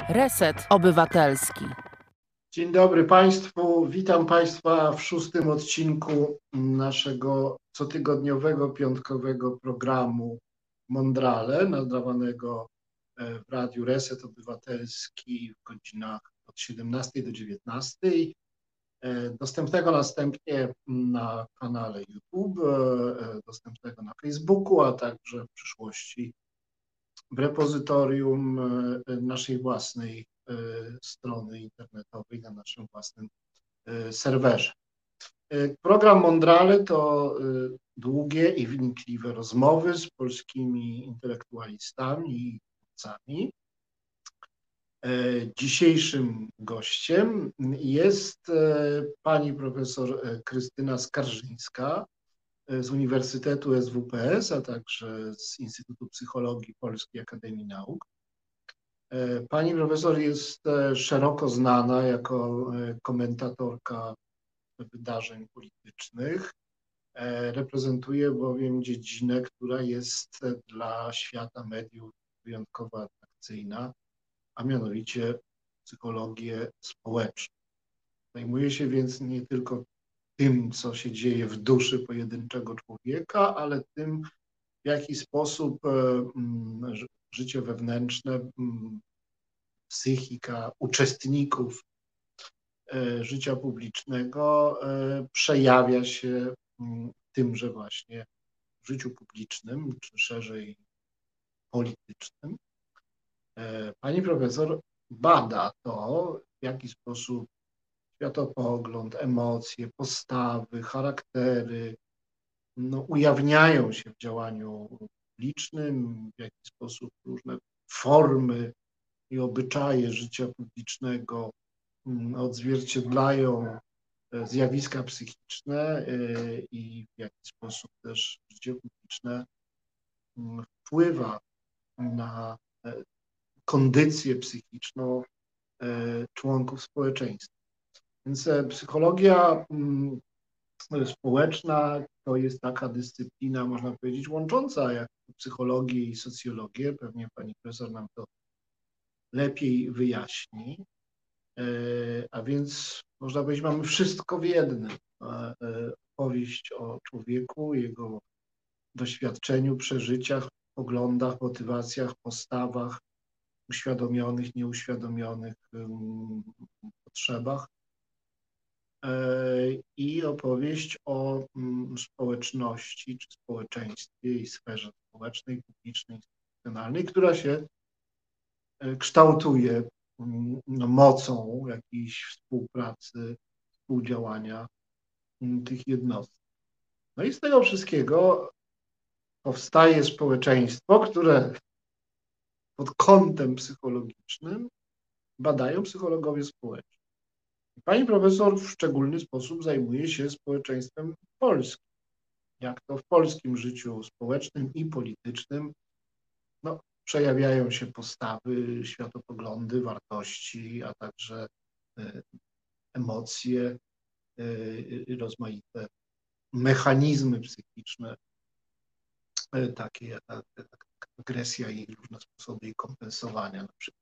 Reset Obywatelski. Dzień dobry Państwu. Witam Państwa w 6. odcinku naszego cotygodniowego, piątkowego programu Mondrale, nadawanego w Radiu Reset Obywatelski w godzinach od 17 do 19. Dostępnego następnie na kanale YouTube, dostępnego na Facebooku, a także w przyszłości w repozytorium naszej własnej strony internetowej, na naszym własnym serwerze. Program Mondrale to długie i wnikliwe rozmowy z polskimi intelektualistami i twórcami. Dzisiejszym gościem jest pani profesor Krystyna Skarżyńska z Uniwersytetu SWPS, a także z Instytutu Psychologii Polskiej Akademii Nauk. Pani profesor jest szeroko znana jako komentatorka wydarzeń politycznych. Reprezentuje bowiem dziedzinę, która jest dla świata mediów wyjątkowo atrakcyjna, a mianowicie psychologię społeczną. Zajmuje się więc nie tylko tym, co się dzieje w duszy pojedynczego człowieka, ale tym, w jaki sposób życie wewnętrzne, psychika uczestników życia publicznego przejawia się w tymże właśnie życiu publicznym, czy szerzej politycznym. Pani profesor bada to, w jaki sposób światopogląd, emocje, postawy, charaktery ujawniają się w działaniu publicznym, w jaki sposób różne formy i obyczaje życia publicznego odzwierciedlają zjawiska psychiczne i w jaki sposób też życie publiczne wpływa na kondycję psychiczną członków społeczeństwa. Więc psychologia społeczna to jest taka dyscyplina, można powiedzieć, łącząca jak psychologię i socjologię. Pewnie pani profesor nam to lepiej wyjaśni. A więc można powiedzieć, mamy wszystko w jednym. Opowieść o człowieku, jego doświadczeniu, przeżyciach, poglądach, motywacjach, postawach, uświadomionych, nieuświadomionych potrzebach. I opowieść o społeczności czy społeczeństwie i sferze społecznej, publicznej, instytucjonalnej, która się kształtuje mocą jakiejś współpracy, współdziałania tych jednostek. No i z tego wszystkiego powstaje społeczeństwo, które pod kątem psychologicznym badają psychologowie społeczni. Pani profesor w szczególny sposób zajmuje się społeczeństwem polskim. Jak to w polskim życiu społecznym i politycznym przejawiają się postawy, światopoglądy, wartości, a także emocje, rozmaite mechanizmy psychiczne, takie jak agresja i różne sposoby jej kompensowania na przykład.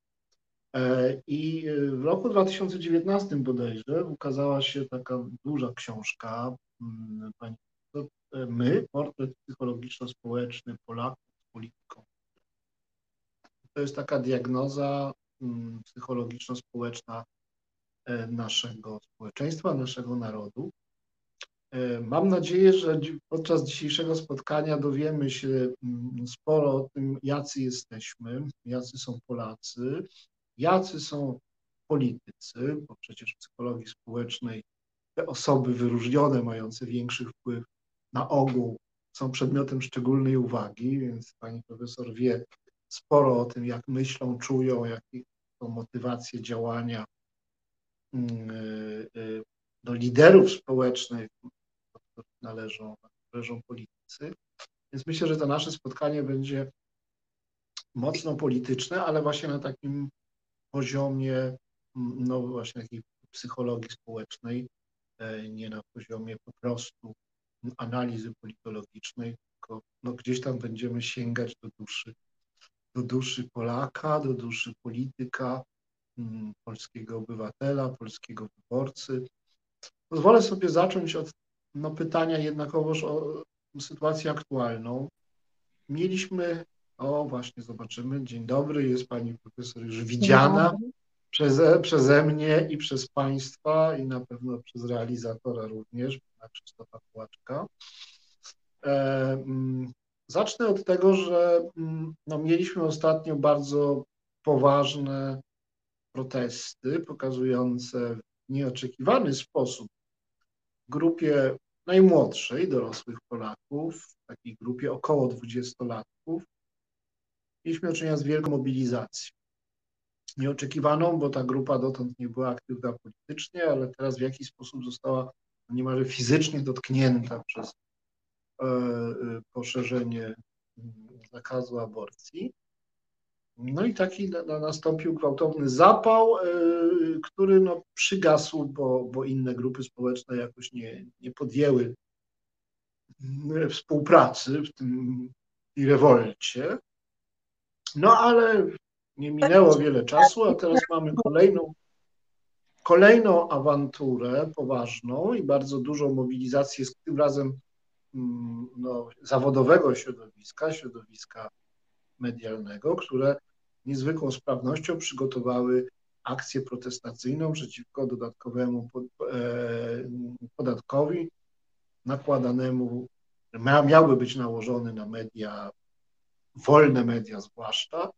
I w roku 2019 bodajże ukazała się taka duża książka pani My, portret psychologiczno-społeczny Polaków z polityką. To jest taka diagnoza psychologiczno-społeczna naszego społeczeństwa, naszego narodu. Mam nadzieję, że podczas dzisiejszego spotkania dowiemy się sporo o tym, jacy jesteśmy, jacy są Polacy, jacy są politycy, bo przecież w psychologii społecznej te osoby wyróżnione, mające większy wpływ na ogół, są przedmiotem szczególnej uwagi, więc pani profesor wie sporo o tym, jak myślą, czują, jakie są motywacje działania do liderów społecznych, do których należą politycy. Więc myślę, że to nasze spotkanie będzie mocno polityczne, ale właśnie na takim poziomie, właśnie takiej psychologii społecznej, nie na poziomie po prostu analizy politologicznej, tylko gdzieś tam będziemy sięgać do duszy do duszy Polaka, do duszy polityka, polskiego obywatela, polskiego wyborcy. Pozwolę sobie zacząć od pytania jednakowoż o sytuację aktualną. Mieliśmy, właśnie zobaczymy, dzień dobry, jest pani profesor już widziana przeze mnie i przez państwa i na pewno przez realizatora również, pana Krzysztofa Płaczka. Zacznę od tego, że mieliśmy ostatnio bardzo poważne protesty pokazujące w nieoczekiwany sposób w grupie najmłodszej dorosłych Polaków, w takiej grupie około 20-latków, mieliśmy do czynienia z wielką mobilizacją. Nieoczekiwaną, bo ta grupa dotąd nie była aktywna politycznie, ale teraz w jakiś sposób została niemalże fizycznie dotknięta przez poszerzenie zakazu aborcji. No i taki nastąpił gwałtowny zapał, który przygasł, bo inne grupy społeczne jakoś nie podjęły współpracy w tej rewolcie. No ale nie minęło wiele czasu, a teraz mamy kolejną awanturę poważną i bardzo dużą mobilizację, tym razem zawodowego środowiska medialnego, które niezwykłą sprawnością przygotowały akcję protestacyjną przeciwko dodatkowemu podatkowi nakładanemu, miałby być nałożony na media, wolne media zwłaszcza,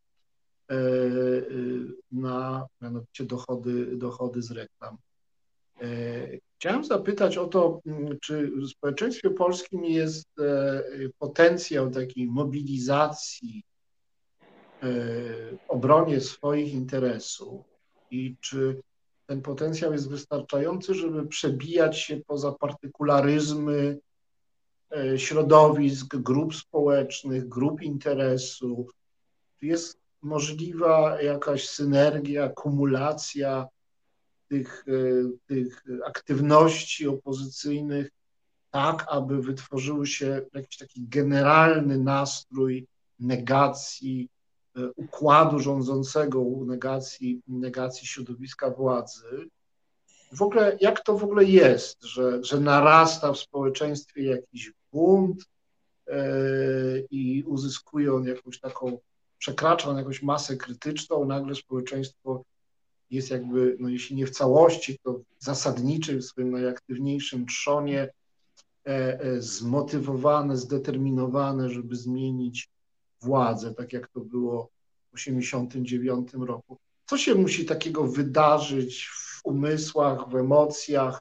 na mianowicie dochody z reklam. Chciałem zapytać o to, czy w społeczeństwie polskim jest potencjał takiej mobilizacji w obronie swoich interesów i czy ten potencjał jest wystarczający, żeby przebijać się poza partykularyzmy środowisk, grup społecznych, grup interesów. Czy jest możliwa jakaś synergia, kumulacja tych aktywności opozycyjnych, tak aby wytworzył się jakiś taki generalny nastrój negacji układu rządzącego, negacji środowiska władzy. W ogóle, jak to w ogóle jest, że narasta w społeczeństwie jakiś bunt i uzyskuje on jakąś taką, przekracza on jakąś masę krytyczną, nagle społeczeństwo jest jakby, jeśli nie w całości, to w zasadniczym, w swoim najaktywniejszym trzonie zmotywowane, zdeterminowane, żeby zmienić władzę, tak jak to było w 1989 roku. Co się musi takiego wydarzyć w umysłach, w emocjach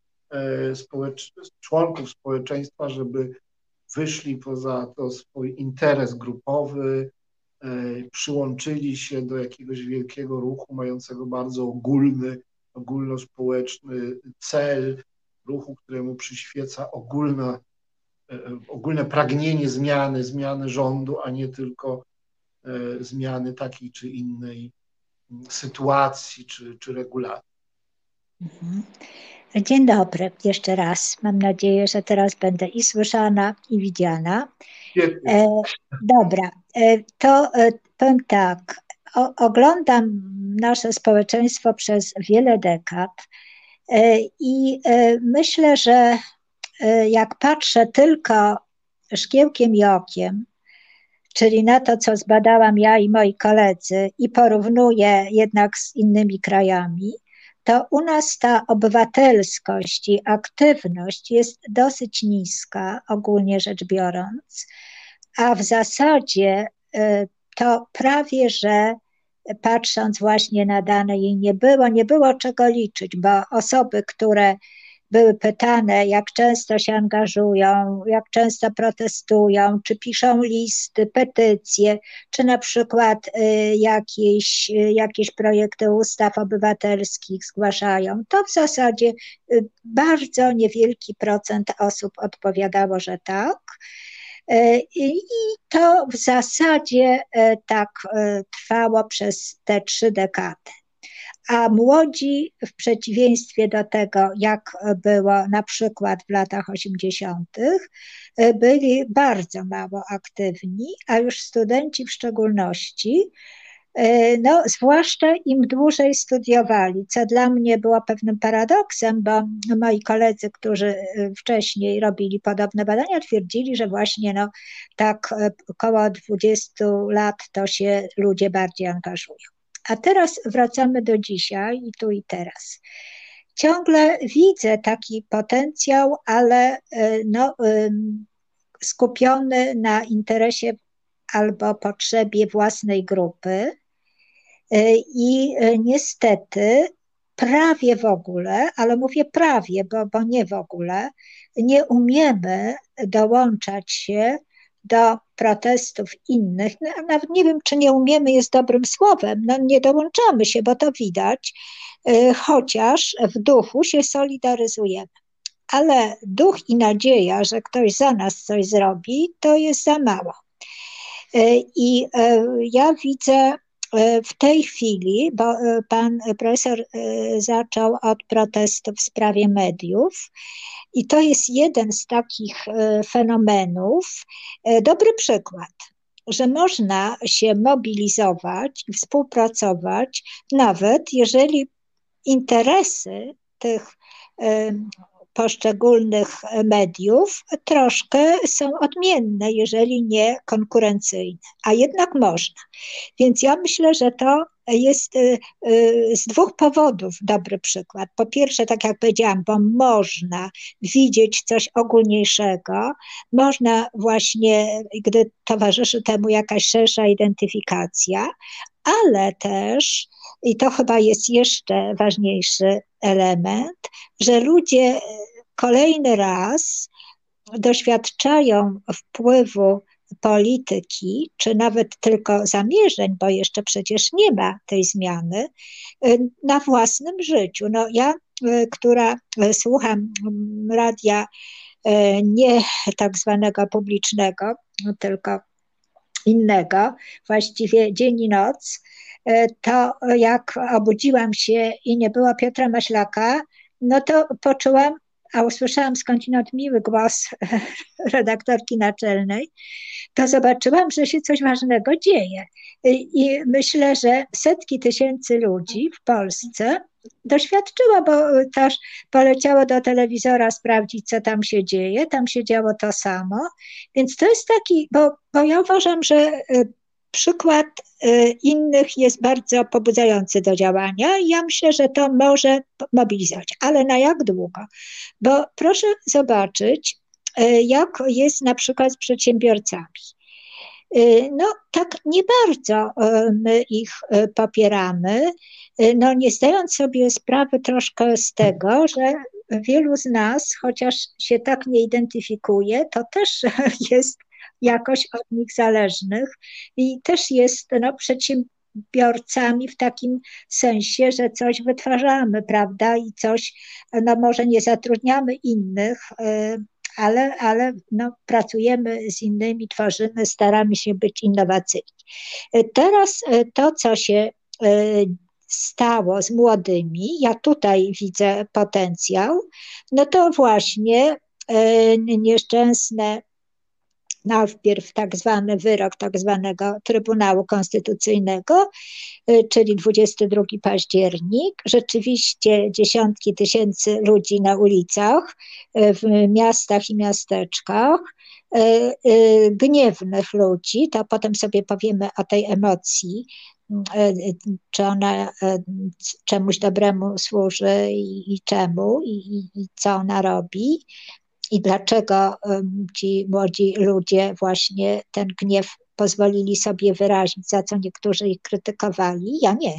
członków społeczeństwa, żeby wyszli poza to swój interes grupowy, przyłączyli się do jakiegoś wielkiego ruchu mającego bardzo ogólnospołeczny cel, ruchu, któremu przyświeca ogólne pragnienie zmiany rządu, a nie tylko zmiany takiej czy innej sytuacji czy regulacji. Dzień dobry, jeszcze raz. Mam nadzieję, że teraz będę i słyszana, i widziana. Dobra, to powiem tak. Oglądam nasze społeczeństwo przez wiele dekad i myślę, że jak patrzę tylko szkiełkiem i okiem, czyli na to, co zbadałam ja i moi koledzy i porównuję jednak z innymi krajami, to u nas ta obywatelskość i aktywność jest dosyć niska, ogólnie rzecz biorąc, a w zasadzie to prawie, że patrząc właśnie na dane jej nie było czego liczyć, bo osoby, które były pytane, jak często się angażują, jak często protestują, czy piszą listy, petycje, czy na przykład jakieś projekty ustaw obywatelskich zgłaszają, to w zasadzie bardzo niewielki procent osób odpowiadało, że tak. I to w zasadzie tak trwało przez te 3 dekady. a młodzi w przeciwieństwie do tego, jak było na przykład w latach 80., byli bardzo mało aktywni, a już studenci w szczególności, no, zwłaszcza im dłużej studiowali, co dla mnie było pewnym paradoksem, bo moi koledzy, którzy wcześniej robili podobne badania, twierdzili, że właśnie no, tak około 20 lat to się ludzie bardziej angażują. A teraz wracamy do dzisiaj i tu i teraz. Ciągle widzę taki potencjał, ale no, skupiony na interesie albo potrzebie własnej grupy i niestety prawie w ogóle, ale mówię prawie, bo nie w ogóle, nie umiemy dołączać się do protestów innych. No, nawet nie wiem, czy nie umiemy jest dobrym słowem, no nie dołączamy się, bo to widać, chociaż w duchu się solidaryzujemy. Ale duch i nadzieja, że ktoś za nas coś zrobi, to jest za mało. I ja widzę w tej chwili, bo pan profesor zaczął od protestów w sprawie mediów i to jest jeden z takich fenomenów, dobry przykład, że można się mobilizować i współpracować, nawet jeżeli interesy tych poszczególnych mediów troszkę są odmienne, jeżeli nie konkurencyjne, a jednak można. Więc ja myślę, że to jest z dwóch powodów dobry przykład. Po pierwsze, tak jak powiedziałam, bo można widzieć coś ogólniejszego, można właśnie, gdy towarzyszy temu jakaś szersza identyfikacja, ale też, i to chyba jest jeszcze ważniejszy element, że ludzie kolejny raz doświadczają wpływu polityki, czy nawet tylko zamierzeń, bo jeszcze przecież nie ma tej zmiany, na własnym życiu. No ja, która słucham radia nie tak zwanego publicznego, tylko innego, właściwie dzień i noc, to jak obudziłam się i nie było Piotra Maślaka, no to poczułam, a usłyszałam skądinąd miły głos redaktorki naczelnej, to zobaczyłam, że się coś ważnego dzieje. I myślę, że setki tysięcy ludzi w Polsce doświadczyło, bo też poleciało do telewizora sprawdzić, co tam się dzieje, tam się działo to samo. Więc to jest taki, bo ja uważam, że przykład innych jest bardzo pobudzający do działania i ja myślę, że to może mobilizować. Ale na jak długo? Bo proszę zobaczyć, jak jest na przykład z przedsiębiorcami. No tak nie bardzo my ich popieramy, no nie zdając sobie sprawy troszkę z tego, że wielu z nas, chociaż się tak nie identyfikuje, to też jest jakoś od nich zależnych i też jest no, przedsiębiorcami w takim sensie, że coś wytwarzamy, prawda, i coś, no może nie zatrudniamy innych, ale no, pracujemy z innymi, tworzymy, staramy się być innowacyjni. Teraz to, co się stało z młodymi, ja tutaj widzę potencjał, no to właśnie nieszczęsne najpierw tak zwany wyrok tak zwanego Trybunału Konstytucyjnego, czyli 22 październik. Rzeczywiście dziesiątki tysięcy ludzi na ulicach, w miastach i miasteczkach, gniewnych ludzi, to potem sobie powiemy o tej emocji, czy ona czemuś dobremu służy i czemu, i co ona robi. I dlaczego ci młodzi ludzie właśnie ten gniew pozwolili sobie wyrazić, za co niektórzy ich krytykowali, ja nie.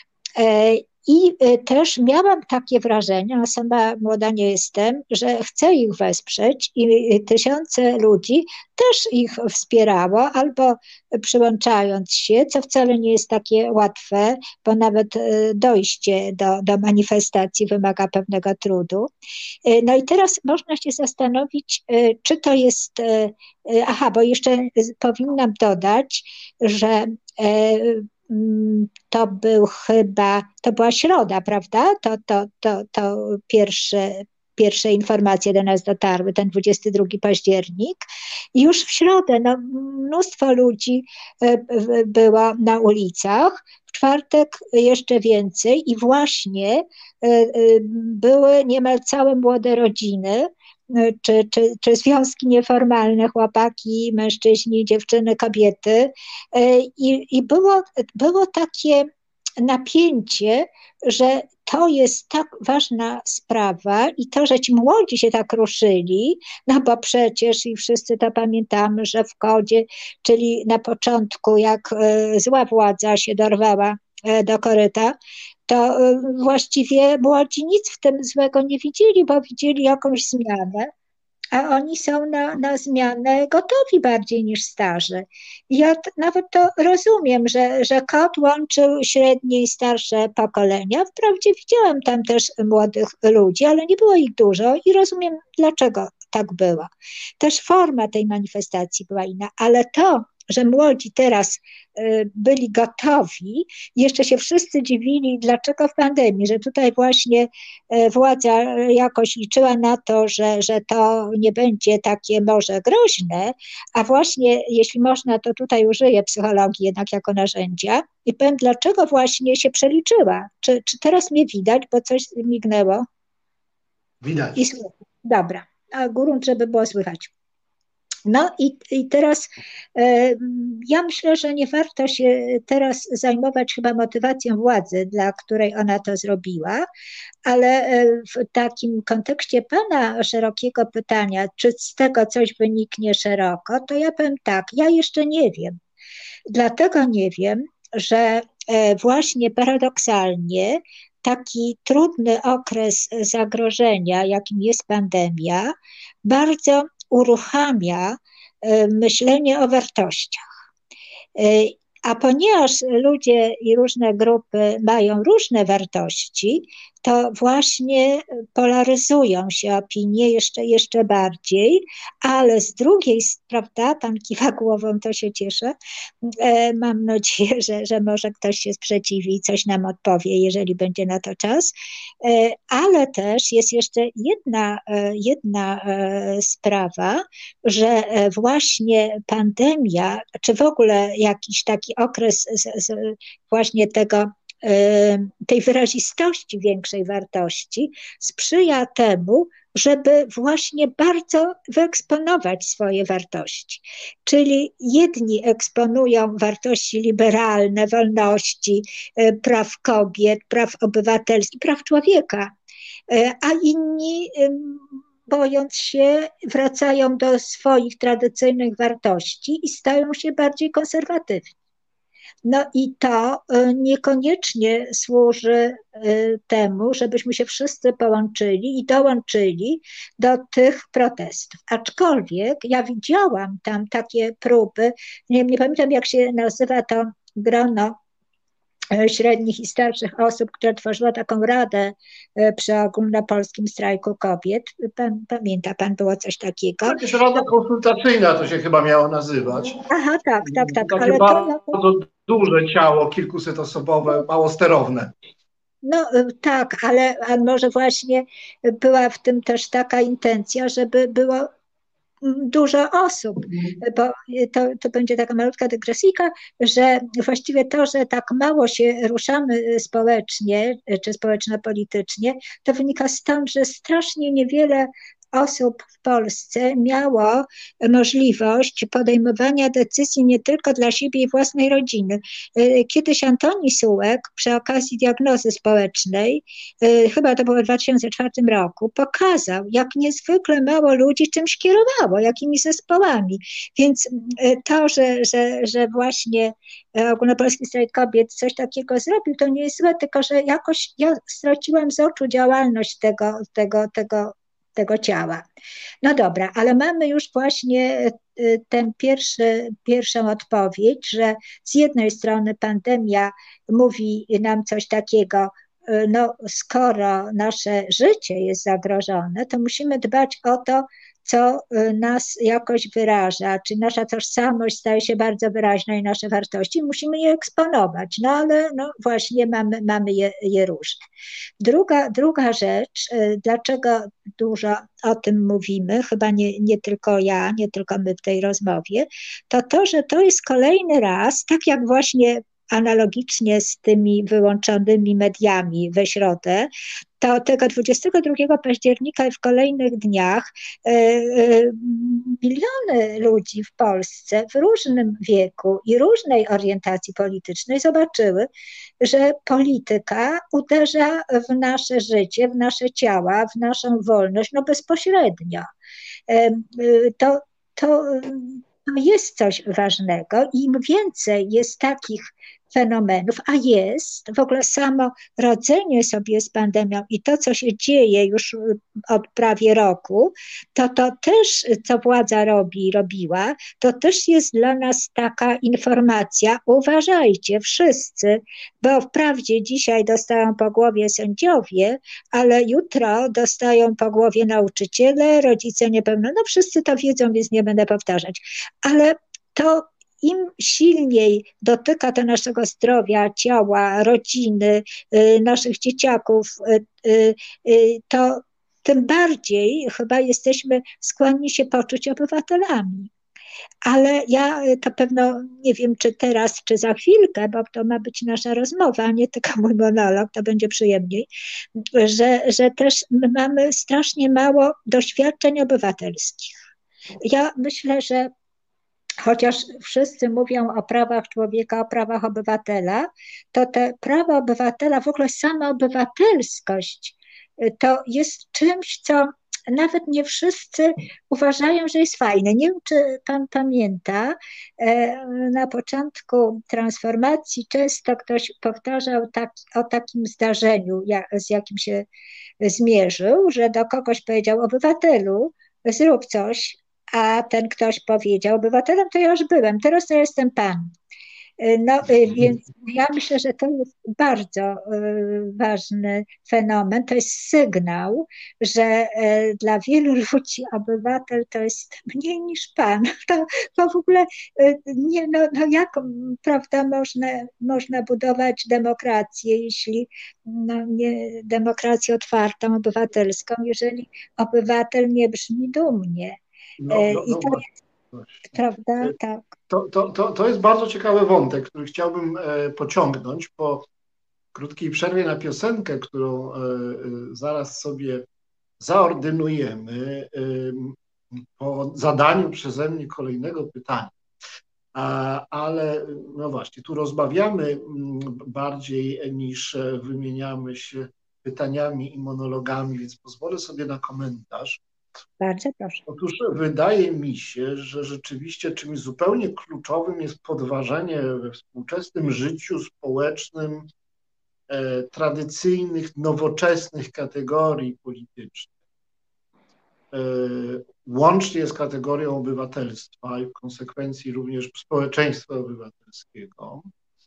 I też miałam takie wrażenie, a sama młoda nie jestem, że chcę ich wesprzeć i tysiące ludzi też ich wspierało, albo przyłączając się, co wcale nie jest takie łatwe, bo nawet dojście do manifestacji wymaga pewnego trudu. No i teraz można się zastanowić, czy to jest, bo jeszcze powinnam dodać, że to była środa, prawda? To pierwsze informacje do nas dotarły, ten 22 październik. I już w środę mnóstwo ludzi było na ulicach, w czwartek jeszcze więcej i właśnie były niemal całe młode rodziny, czy związki nieformalne, chłopaki, mężczyźni, dziewczyny, kobiety. I było takie napięcie, że to jest tak ważna sprawa i to, że ci młodzi się tak ruszyli, no bo przecież i wszyscy to pamiętamy, że w Kodzie, czyli na początku, jak zła władza się dorwała do koryta, to właściwie młodzi nic w tym złego nie widzieli, bo widzieli jakąś zmianę, a oni są na zmianę gotowi bardziej niż starzy. Ja nawet to rozumiem, że KOD łączył średnie i starsze pokolenia. Wprawdzie widziałam tam też młodych ludzi, ale nie było ich dużo i rozumiem, dlaczego tak było. Też forma tej manifestacji była inna, ale to, że młodzi teraz byli gotowi, jeszcze się wszyscy dziwili, dlaczego w pandemii, że tutaj właśnie władza jakoś liczyła na to, że to nie będzie takie może groźne, a właśnie, jeśli można, to tutaj użyję psychologii jednak jako narzędzia i powiem, dlaczego właśnie się przeliczyła. Czy teraz mnie widać, bo coś mignęło? Widać. Dobra, a grunt, żeby było słychać. No i teraz ja myślę, że nie warto się teraz zajmować chyba motywacją władzy, dla której ona to zrobiła, ale w takim kontekście pana szerokiego pytania, czy z tego coś wyniknie szeroko, to ja powiem tak, ja jeszcze nie wiem. Dlatego nie wiem, że właśnie paradoksalnie taki trudny okres zagrożenia, jakim jest pandemia, bardzo uruchamia myślenie o wartościach. A ponieważ ludzie i różne grupy mają różne wartości, to właśnie polaryzują się opinie jeszcze bardziej, ale z drugiej, prawda, pan kiwa głową, to się cieszę, mam nadzieję, że może ktoś się sprzeciwi i coś nam odpowie, jeżeli będzie na to czas, ale też jest jeszcze jedna sprawa, że właśnie pandemia, czy w ogóle jakiś taki okres właśnie tej wyrazistości większej wartości sprzyja temu, żeby właśnie bardzo wyeksponować swoje wartości. Czyli jedni eksponują wartości liberalne, wolności, praw kobiet, praw obywatelskich, praw człowieka, a inni, bojąc się, wracają do swoich tradycyjnych wartości i stają się bardziej konserwatywni. No i to niekoniecznie służy temu, żebyśmy się wszyscy połączyli i dołączyli do tych protestów. Aczkolwiek ja widziałam tam takie próby, nie pamiętam jak się nazywa to grono średnich i starszych osób, która tworzyła taką radę przy ogólnopolskim strajku kobiet. Pamięta pan, było coś takiego? Jakaś rada konsultacyjna to się chyba miało nazywać. Aha, tak. Takie Ale bardzo duże ciało, kilkusetosobowe, mało sterowne. No tak, ale może właśnie była w tym też taka intencja, żeby było dużo osób, bo to będzie taka malutka dygresyjka, że właściwie to, że tak mało się ruszamy społecznie czy społeczno-politycznie, to wynika stąd, że strasznie niewiele osób w Polsce miało możliwość podejmowania decyzji nie tylko dla siebie i własnej rodziny. Kiedyś Antoni Sułek przy okazji diagnozy społecznej, chyba to było w 2004 roku, pokazał, jak niezwykle mało ludzi czymś kierowało, jakimi zespołami. Więc to, że właśnie Ogólnopolski Strajk Kobiet coś takiego zrobił, to nie jest złe, tylko że jakoś ja straciłam z oczu działalność tego ciała. No dobra, ale mamy już właśnie pierwszą odpowiedź, że z jednej strony pandemia mówi nam coś takiego, no, skoro nasze życie jest zagrożone, to musimy dbać o to, co nas jakoś wyraża, czy nasza tożsamość staje się bardzo wyraźna i nasze wartości, musimy je eksponować, no ale no właśnie mamy je różne. Druga rzecz, dlaczego dużo o tym mówimy, chyba nie tylko ja, nie tylko my w tej rozmowie, to, że to jest kolejny raz, tak jak właśnie analogicznie z tymi wyłączonymi mediami we środę, to tego 22 października i w kolejnych dniach miliony ludzi w Polsce w różnym wieku i różnej orientacji politycznej zobaczyły, że polityka uderza w nasze życie, w nasze ciała, w naszą wolność, no bezpośrednio. To jest coś ważnego i im więcej jest takich fenomenów, a jest w ogóle samo rodzenie sobie z pandemią i to, co się dzieje już od prawie roku, to też, co władza robiła, to też jest dla nas taka informacja, uważajcie wszyscy, bo wprawdzie dzisiaj dostają po głowie sędziowie, ale jutro dostają po głowie nauczyciele, rodzice niepełnoletni, no wszyscy to wiedzą, więc nie będę powtarzać, ale to im silniej dotyka to naszego zdrowia, ciała, rodziny, naszych dzieciaków, to tym bardziej chyba jesteśmy skłonni się poczuć obywatelami. Ale ja to pewno nie wiem, czy teraz, czy za chwilkę, bo to ma być nasza rozmowa, a nie tylko mój monolog, to będzie przyjemniej, że też my mamy strasznie mało doświadczeń obywatelskich. Ja myślę, że chociaż wszyscy mówią o prawach człowieka, o prawach obywatela, to te prawa obywatela, w ogóle sama obywatelskość, to jest czymś, co nawet nie wszyscy uważają, że jest fajne. Nie wiem, czy pan pamięta, na początku transformacji często ktoś powtarzał o takim zdarzeniu, z jakim się zmierzył, że do kogoś powiedział: obywatelu, zrób coś, a ten ktoś powiedział: obywatelem to ja już byłem, teraz to ja jestem pan. No więc ja myślę, że to jest bardzo ważny fenomen, to jest sygnał, że dla wielu ludzi obywatel to jest mniej niż pan. To w ogóle nie, no jak, prawda, można budować demokrację, jeśli nie demokrację otwartą, obywatelską, jeżeli obywatel nie brzmi dumnie. I to jest, prawda, tak. To jest bardzo ciekawy wątek, który chciałbym pociągnąć po krótkiej przerwie na piosenkę, którą zaraz sobie zaordynujemy po zadaniu przeze mnie kolejnego pytania. Ale no właśnie, tu rozmawiamy bardziej niż wymieniamy się pytaniami i monologami, więc pozwolę sobie na komentarz. Bardzo proszę. Otóż wydaje mi się, że rzeczywiście czymś zupełnie kluczowym jest podważenie we współczesnym życiu społecznym tradycyjnych, nowoczesnych kategorii politycznych, łącznie z kategorią obywatelstwa i w konsekwencji również społeczeństwa obywatelskiego.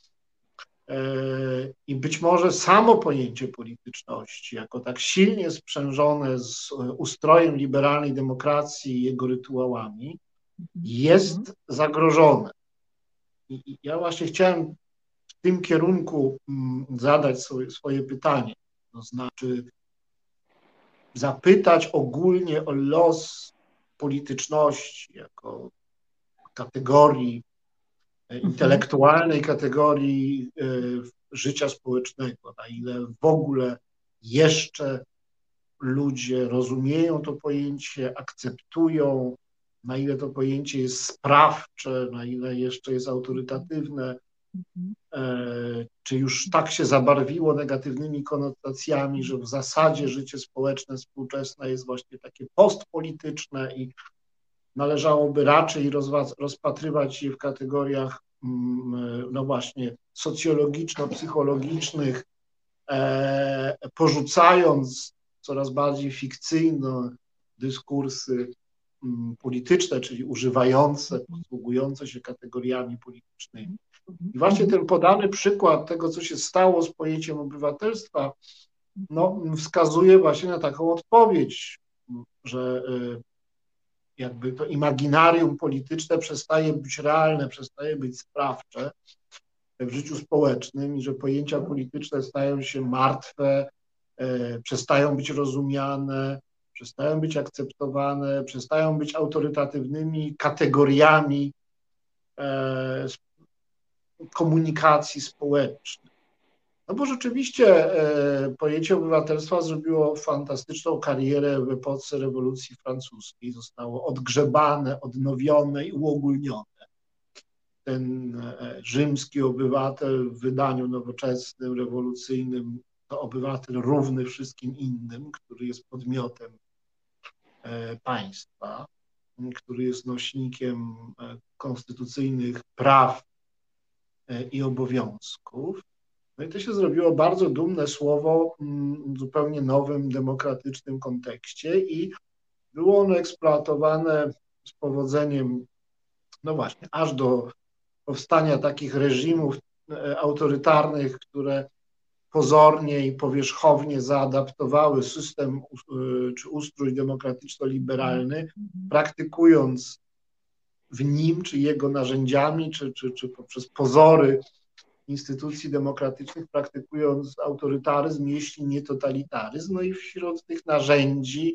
I być może samo pojęcie polityczności, jako tak silnie sprzężone z ustrojem liberalnej demokracji i jego rytuałami, jest zagrożone. I ja właśnie chciałem w tym kierunku zadać swoje pytanie, to znaczy zapytać ogólnie o los polityczności jako kategorii intelektualnej, kategorii życia społecznego, na ile w ogóle jeszcze ludzie rozumieją to pojęcie, akceptują, na ile to pojęcie jest sprawcze, na ile jeszcze jest autorytatywne, czy już tak się zabarwiło negatywnymi konotacjami, że w zasadzie życie społeczne, współczesne jest właśnie takie postpolityczne i należałoby raczej rozpatrywać je w kategoriach no właśnie socjologiczno-psychologicznych, porzucając coraz bardziej fikcyjne dyskursy polityczne, czyli używające, posługujące się kategoriami politycznymi. I właśnie ten podany przykład tego, co się stało z pojęciem obywatelstwa, no, wskazuje właśnie na taką odpowiedź, że jakby to imaginarium polityczne przestaje być realne, przestaje być sprawcze w życiu społecznym i że pojęcia polityczne stają się martwe, przestają być rozumiane, przestają być akceptowane, przestają być autorytatywnymi kategoriami komunikacji społecznej. No bo rzeczywiście pojęcie obywatelstwa zrobiło fantastyczną karierę w epoce rewolucji francuskiej. Zostało odgrzebane, odnowione i uogólnione. Ten rzymski obywatel w wydaniu nowoczesnym, rewolucyjnym to obywatel równy wszystkim innym, który jest podmiotem państwa, który jest nośnikiem konstytucyjnych praw i obowiązków. No i to się zrobiło bardzo dumne słowo w zupełnie nowym, demokratycznym kontekście i było ono eksploatowane z powodzeniem, no właśnie, aż do powstania takich reżimów autorytarnych, które pozornie i powierzchownie zaadaptowały system czy ustrój demokratyczno-liberalny, praktykując w nim, czy jego narzędziami, czy poprzez pozory instytucji demokratycznych, praktykując autorytaryzm, jeśli nie totalitaryzm. No i wśród tych narzędzi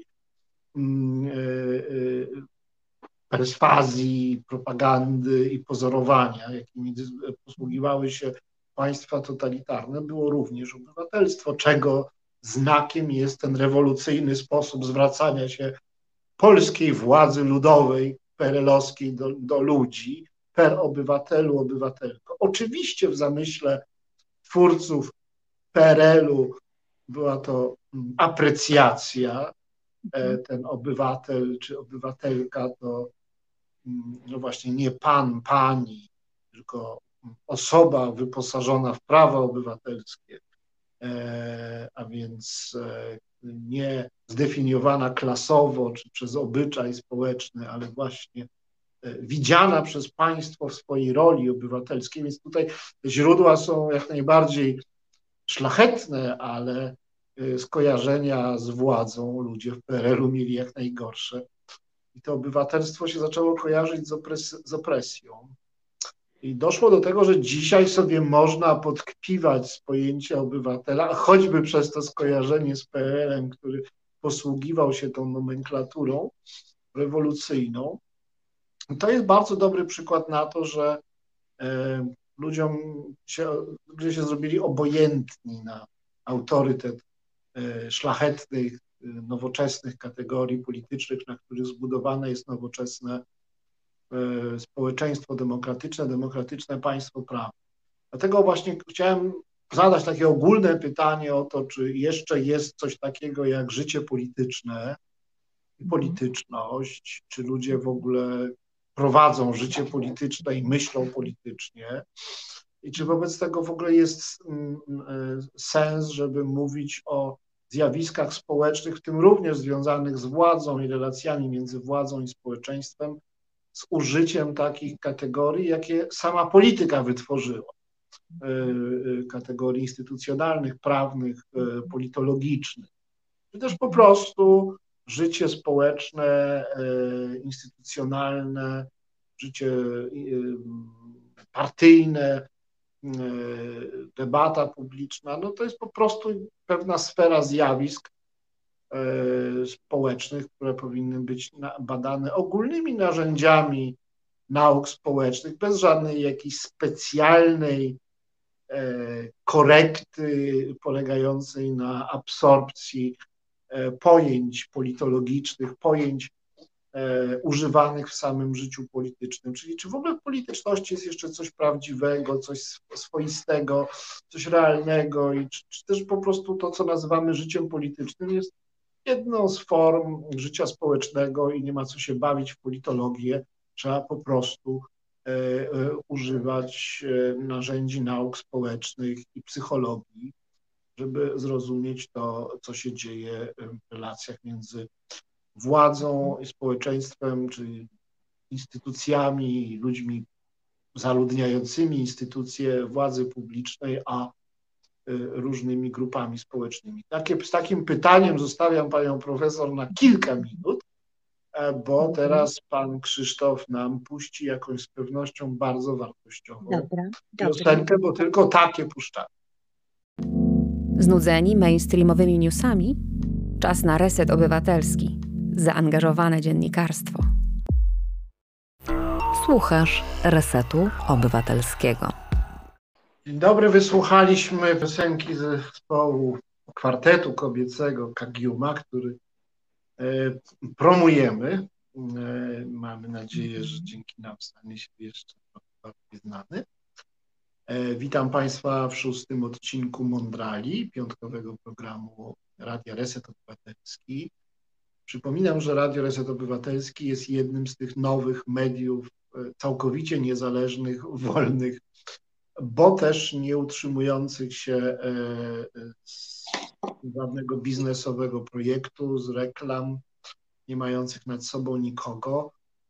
perswazji, propagandy i pozorowania, jakimi posługiwały się państwa totalitarne, było również obywatelstwo, czego znakiem jest ten rewolucyjny sposób zwracania się polskiej władzy ludowej, PRL-owskiej do ludzi, per obywatelu, obywatelko. Oczywiście w zamyśle twórców PRL-u była to aprecjacja, ten obywatel czy obywatelka to no właśnie nie pan, pani, tylko osoba wyposażona w prawa obywatelskie, a więc nie zdefiniowana klasowo czy przez obyczaj społeczny, ale właśnie widziana przez państwo w swojej roli obywatelskiej, więc tutaj te źródła są jak najbardziej szlachetne, ale skojarzenia z władzą ludzie w PRL-u mieli jak najgorsze. I to obywatelstwo się zaczęło kojarzyć z opresją. I doszło do tego, że dzisiaj sobie można podkpiwać z pojęcia obywatela, choćby przez to skojarzenie z PRL-em, który posługiwał się tą nomenklaturą rewolucyjną. I to jest bardzo dobry przykład na to, że ludziom ludzie się zrobili obojętni na autorytet szlachetnych, nowoczesnych kategorii politycznych, na których zbudowane jest nowoczesne społeczeństwo demokratyczne, demokratyczne państwo prawa. Dlatego właśnie chciałem zadać takie ogólne pytanie o to, czy jeszcze jest coś takiego jak życie polityczne i polityczność, czy ludzie w ogóle prowadzą życie polityczne i myślą politycznie i czy wobec tego w ogóle jest sens, żeby mówić o zjawiskach społecznych, w tym również związanych z władzą i relacjami między władzą i społeczeństwem, z użyciem takich kategorii, jakie sama polityka wytworzyła. Kategorii instytucjonalnych, prawnych, politologicznych, czy też po prostu życie społeczne, instytucjonalne, życie partyjne, debata publiczna, no to jest po prostu pewna sfera zjawisk społecznych, które powinny być badane ogólnymi narzędziami nauk społecznych, bez żadnej jakiejś specjalnej korekty polegającej na absorpcji pojęć politologicznych, pojęć używanych w samym życiu politycznym. Czyli czy w ogóle w polityczności jest jeszcze coś prawdziwego, coś swoistego, coś realnego i czy też po prostu to, co nazywamy życiem politycznym, jest jedną z form życia społecznego i nie ma co się bawić w politologię. Trzeba po prostu używać narzędzi nauk społecznych i psychologii, żeby zrozumieć to, co się dzieje w relacjach między władzą i społeczeństwem, czy instytucjami, ludźmi zaludniającymi instytucje władzy publicznej, a różnymi grupami społecznymi. Z takim pytaniem zostawiam panią profesor na kilka minut, bo teraz pan Krzysztof nam puści jakąś z pewnością bardzo wartościową piosenkę, bo tylko takie puszczamy. Znudzeni mainstreamowymi newsami? Czas na reset obywatelski. Zaangażowane dziennikarstwo. Słuchasz Resetu Obywatelskiego. Dzień dobry, wysłuchaliśmy piosenki zespołu kwartetu kobiecego Kagiuma, który promujemy. Mamy nadzieję, że dzięki nam stanie się jeszcze bardziej znany. Witam Państwa w 6. odcinku Mondrali, piątkowego programu Radia Reset Obywatelski. Przypominam, że Radio Reset Obywatelski jest jednym z tych nowych mediów całkowicie niezależnych, wolnych, bo też nie utrzymujących się z żadnego biznesowego projektu, z reklam, nie mających nad sobą nikogo.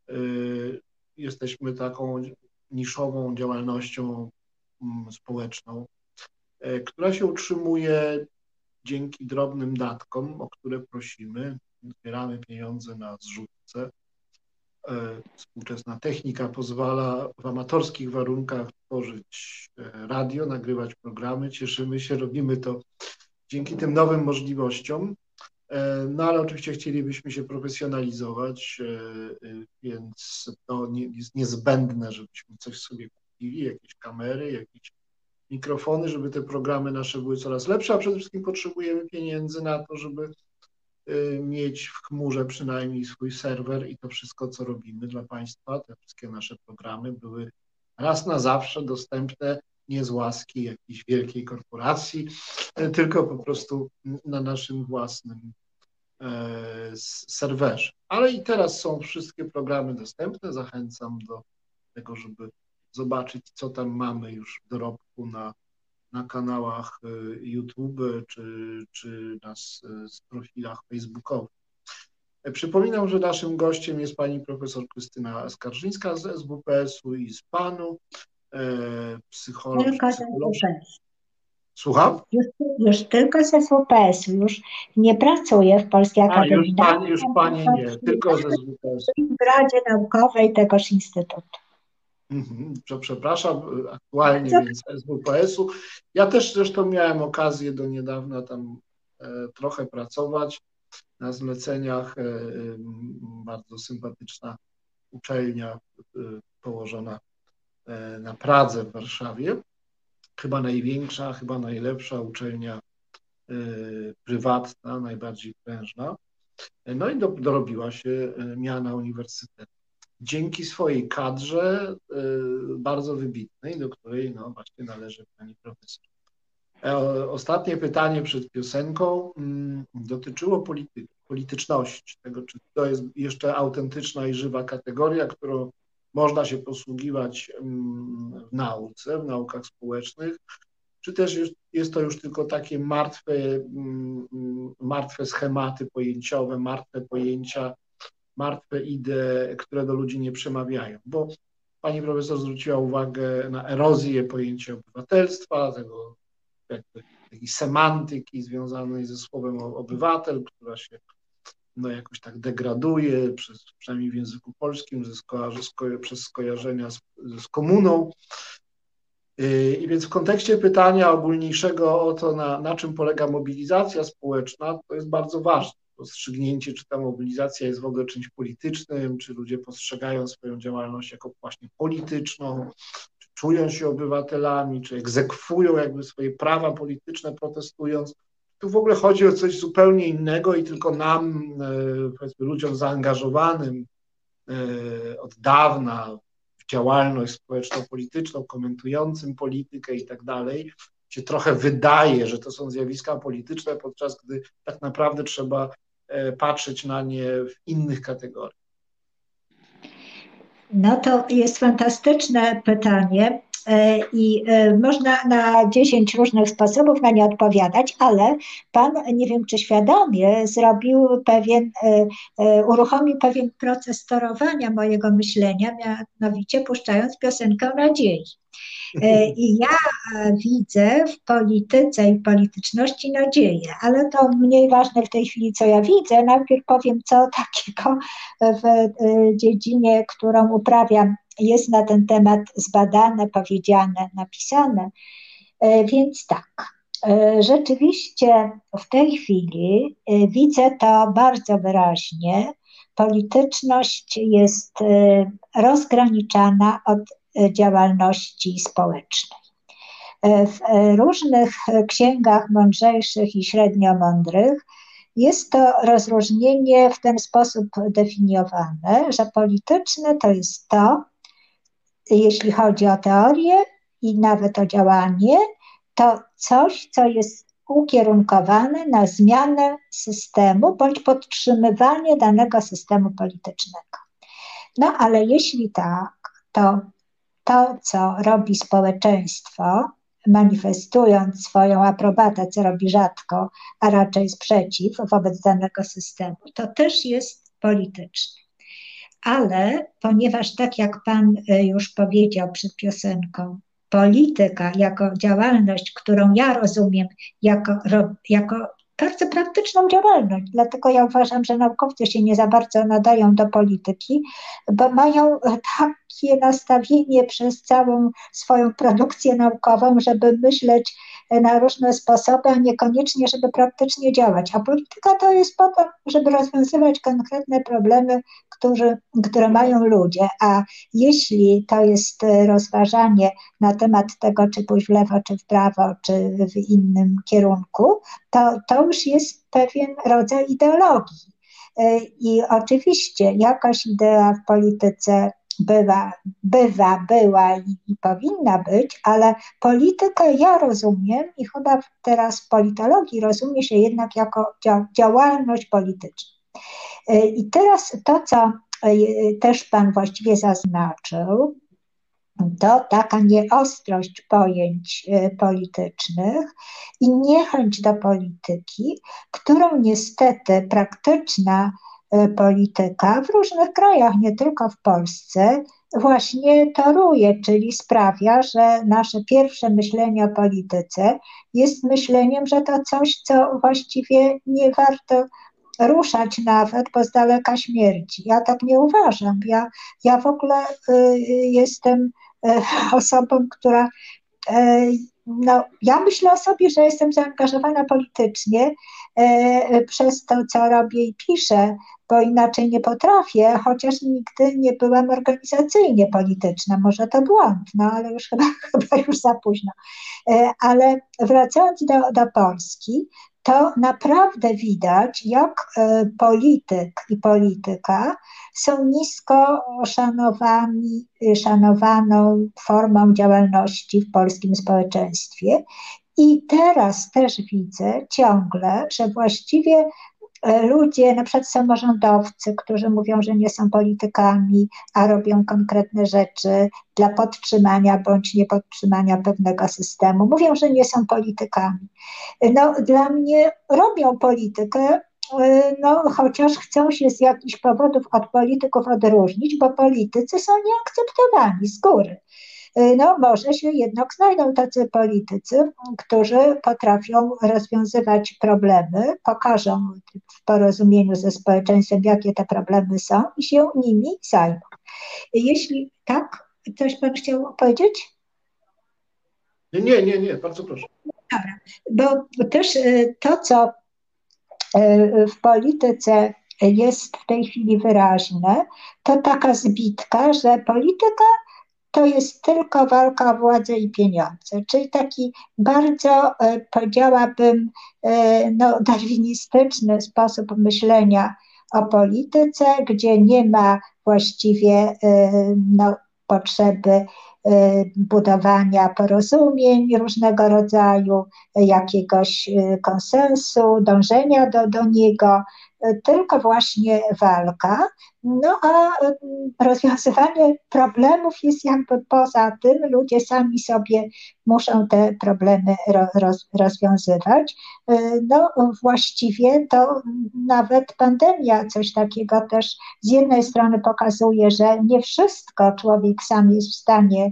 Jesteśmy taką niszową działalnością społeczną, która się utrzymuje dzięki drobnym datkom, o które prosimy. Zbieramy pieniądze na zrzutce. Współczesna technika pozwala w amatorskich warunkach tworzyć radio, nagrywać programy. Cieszymy się, robimy to dzięki tym nowym możliwościom. No ale oczywiście chcielibyśmy się profesjonalizować, więc to jest niezbędne, żebyśmy coś sobie kupili, jakieś kamery, jakieś mikrofony, żeby te programy nasze były coraz lepsze, a przede wszystkim potrzebujemy pieniędzy na to, żeby mieć w chmurze przynajmniej swój serwer i to wszystko, co robimy dla Państwa, te wszystkie nasze programy były raz na zawsze dostępne nie z łaski jakiejś wielkiej korporacji, tylko po prostu na naszym własnym serwerze. Ale i teraz są wszystkie programy dostępne. Zachęcam do tego, żeby zobaczyć, co tam mamy już w dorobku na kanałach YouTube czy na profilach facebookowych. Przypominam, że naszym gościem jest pani profesor Krystyna Skarżyńska z SWPS-u i z PAN-u, psycholog. Słucham? Już tylko z SWPS-u, już nie pracuję w Polskiej Akademii Nauk. Już pani nie, tylko ze SWPS-u. W Radzie Naukowej tegoż Instytutu. Przepraszam, aktualnie więc SWPS-u. Ja też zresztą miałem okazję do niedawna tam trochę pracować na zleceniach. Bardzo sympatyczna uczelnia położona na Pradze w Warszawie. Chyba największa, chyba najlepsza uczelnia prywatna, najbardziej prężna. No i dorobiła się miana uniwersytetu. Dzięki swojej kadrze bardzo wybitnej, do której no właśnie należy pani profesor. Ostatnie pytanie przed piosenką dotyczyło polityczności, tego, czy to jest jeszcze autentyczna i żywa kategoria, którą można się posługiwać w nauce, w naukach społecznych, czy też jest to już tylko takie martwe schematy pojęciowe, martwe pojęcia, martwe idee, które do ludzi nie przemawiają. Bo pani profesor zwróciła uwagę na erozję pojęcia obywatelstwa, takiej semantyki związanej ze słowem obywatel, która się no, jakoś tak degraduje, przynajmniej w języku polskim, przez skojarzenia z komuną. I więc w kontekście pytania ogólniejszego o to, na czym polega mobilizacja społeczna, to jest bardzo ważne. Rozstrzygnięcie, czy ta mobilizacja jest w ogóle czymś politycznym, czy ludzie postrzegają swoją działalność jako właśnie polityczną, czy czują się obywatelami, czy egzekwują jakby swoje prawa polityczne protestując. Tu w ogóle chodzi o coś zupełnie innego i tylko nam, powiedzmy ludziom zaangażowanym od dawna w działalność społeczno-polityczną, komentującym politykę i tak dalej, się trochę wydaje, że to są zjawiska polityczne, podczas gdy tak naprawdę trzeba patrzeć na nie w innych kategoriach. No to jest fantastyczne pytanie. I można na 10 różnych sposobów na nie odpowiadać, ale pan, nie wiem czy świadomie, uruchomił pewien proces sterowania mojego myślenia, mianowicie puszczając piosenkę nadziei. I ja widzę w polityce i polityczności nadzieję, ale to mniej ważne w tej chwili, co ja widzę. Najpierw powiem, co takiego w dziedzinie, którą uprawiam, jest na ten temat zbadane, powiedziane, napisane. Więc tak, rzeczywiście w tej chwili widzę to bardzo wyraźnie. Polityczność jest rozgraniczana od działalności społecznej. W różnych księgach mądrzejszych i średnio mądrych jest to rozróżnienie w ten sposób definiowane, że polityczne to jest to, jeśli chodzi o teorię i nawet o działanie, to coś, co jest ukierunkowane na zmianę systemu bądź podtrzymywanie danego systemu politycznego. No ale jeśli tak, to, co robi społeczeństwo, manifestując swoją aprobatę, co robi rzadko, a raczej sprzeciw wobec danego systemu, to też jest polityczne. Ale ponieważ tak jak pan już powiedział przed piosenką, polityka jako działalność, którą ja rozumiem jako bardzo praktyczną działalność, dlatego ja uważam, że naukowcy się nie za bardzo nadają do polityki, bo mają takie nastawienie przez całą swoją produkcję naukową, żeby myśleć na różne sposoby, a niekoniecznie, żeby praktycznie działać. A polityka to jest po to, żeby rozwiązywać konkretne problemy, które mają ludzie. A jeśli to jest rozważanie na temat tego, czy pójść w lewo, czy w prawo, czy w innym kierunku, to już jest pewien rodzaj ideologii. I oczywiście jakaś idea w polityce była i powinna być, ale politykę ja rozumiem i chyba teraz w politologii rozumie się jednak jako działalność polityczna. I teraz to, co też pan właściwie zaznaczył, to taka nieostrość pojęć politycznych i niechęć do polityki, którą niestety praktyczna polityka w różnych krajach, nie tylko w Polsce, właśnie toruje, czyli sprawia, że nasze pierwsze myślenie o polityce jest myśleniem, że to coś, co właściwie nie warto ruszać nawet, bo z daleka śmierci. Ja tak nie uważam. Ja w ogóle jestem osobą, która ja myślę o sobie, że jestem zaangażowana politycznie przez to, co robię i piszę, bo inaczej nie potrafię, chociaż nigdy nie byłam organizacyjnie polityczna. Może to błąd, no ale już chyba już za późno. Ale wracając do Polski, to naprawdę widać, jak polityk i polityka są nisko szanowaną formą działalności w polskim społeczeństwie. I teraz też widzę ciągle, że właściwie ludzie, na przykład samorządowcy, którzy mówią, że nie są politykami, a robią konkretne rzeczy dla podtrzymania bądź niepodtrzymania pewnego systemu, mówią, że nie są politykami. No, dla mnie robią politykę, chociaż chcą się z jakichś powodów od polityków odróżnić, bo politycy są nieakceptowani z góry. No może się jednak znajdą tacy politycy, którzy potrafią rozwiązywać problemy, pokażą w porozumieniu ze społeczeństwem, jakie te problemy są i się nimi zajmą. Jeśli tak, coś pan chciał powiedzieć? Nie, bardzo proszę. Dobra, bo też to, co w polityce jest w tej chwili wyraźne, to taka zbitka, że polityka to jest tylko walka o władzę i pieniądze, czyli taki bardzo, powiedziałabym, darwinistyczny sposób myślenia o polityce, gdzie nie ma właściwie potrzeby budowania porozumień różnego rodzaju, jakiegoś konsensu, dążenia do niego, tylko właśnie walka, no a rozwiązywanie problemów jest jakby poza tym, ludzie sami sobie muszą te problemy rozwiązywać. No właściwie to nawet pandemia coś takiego też z jednej strony pokazuje, że nie wszystko człowiek sam jest w stanie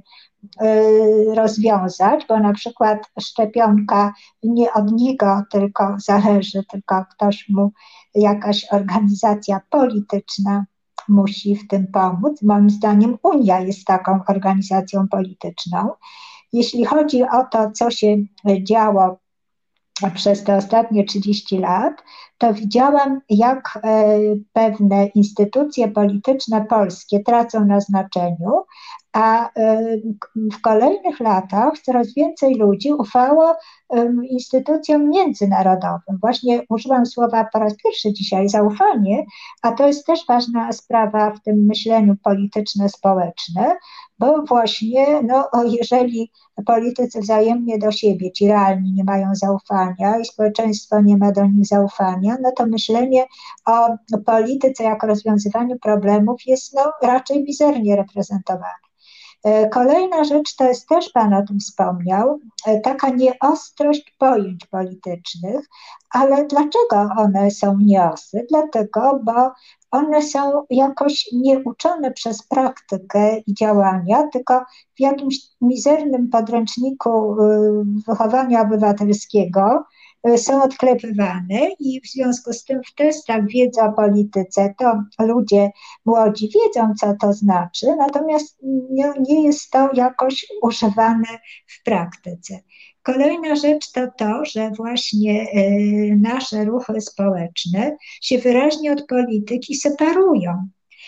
rozwiązać, bo na przykład szczepionka nie od niego tylko zależy, tylko ktoś mu, jakaś organizacja polityczna musi w tym pomóc. Moim zdaniem Unia jest taką organizacją polityczną. Jeśli chodzi o to, co się działo przez te ostatnie 30 lat, to widziałam, jak pewne instytucje polityczne polskie tracą na znaczeniu, a w kolejnych latach coraz więcej ludzi ufało instytucjom międzynarodowym. Właśnie użyłam słowa po raz pierwszy dzisiaj zaufanie, a to jest też ważna sprawa w tym myśleniu polityczno-społeczne, bo właśnie jeżeli politycy wzajemnie do siebie, ci realni, nie mają zaufania i społeczeństwo nie ma do nich zaufania, no to myślenie o polityce jako rozwiązywaniu problemów jest raczej mizernie reprezentowane. Kolejna rzecz, to jest też Pan o tym wspomniał, taka nieostrość pojęć politycznych, ale dlaczego one są nieostre? Dlatego, bo one są jakoś nieuczone przez praktykę i działania, tylko w jakimś mizernym podręczniku wychowania obywatelskiego są odklepywane i w związku z tym w testach wiedzy o polityce to ludzie młodzi wiedzą, co to znaczy, natomiast nie jest to jakoś używane w praktyce. Kolejna rzecz to to, że właśnie nasze ruchy społeczne się wyraźnie od polityki separują.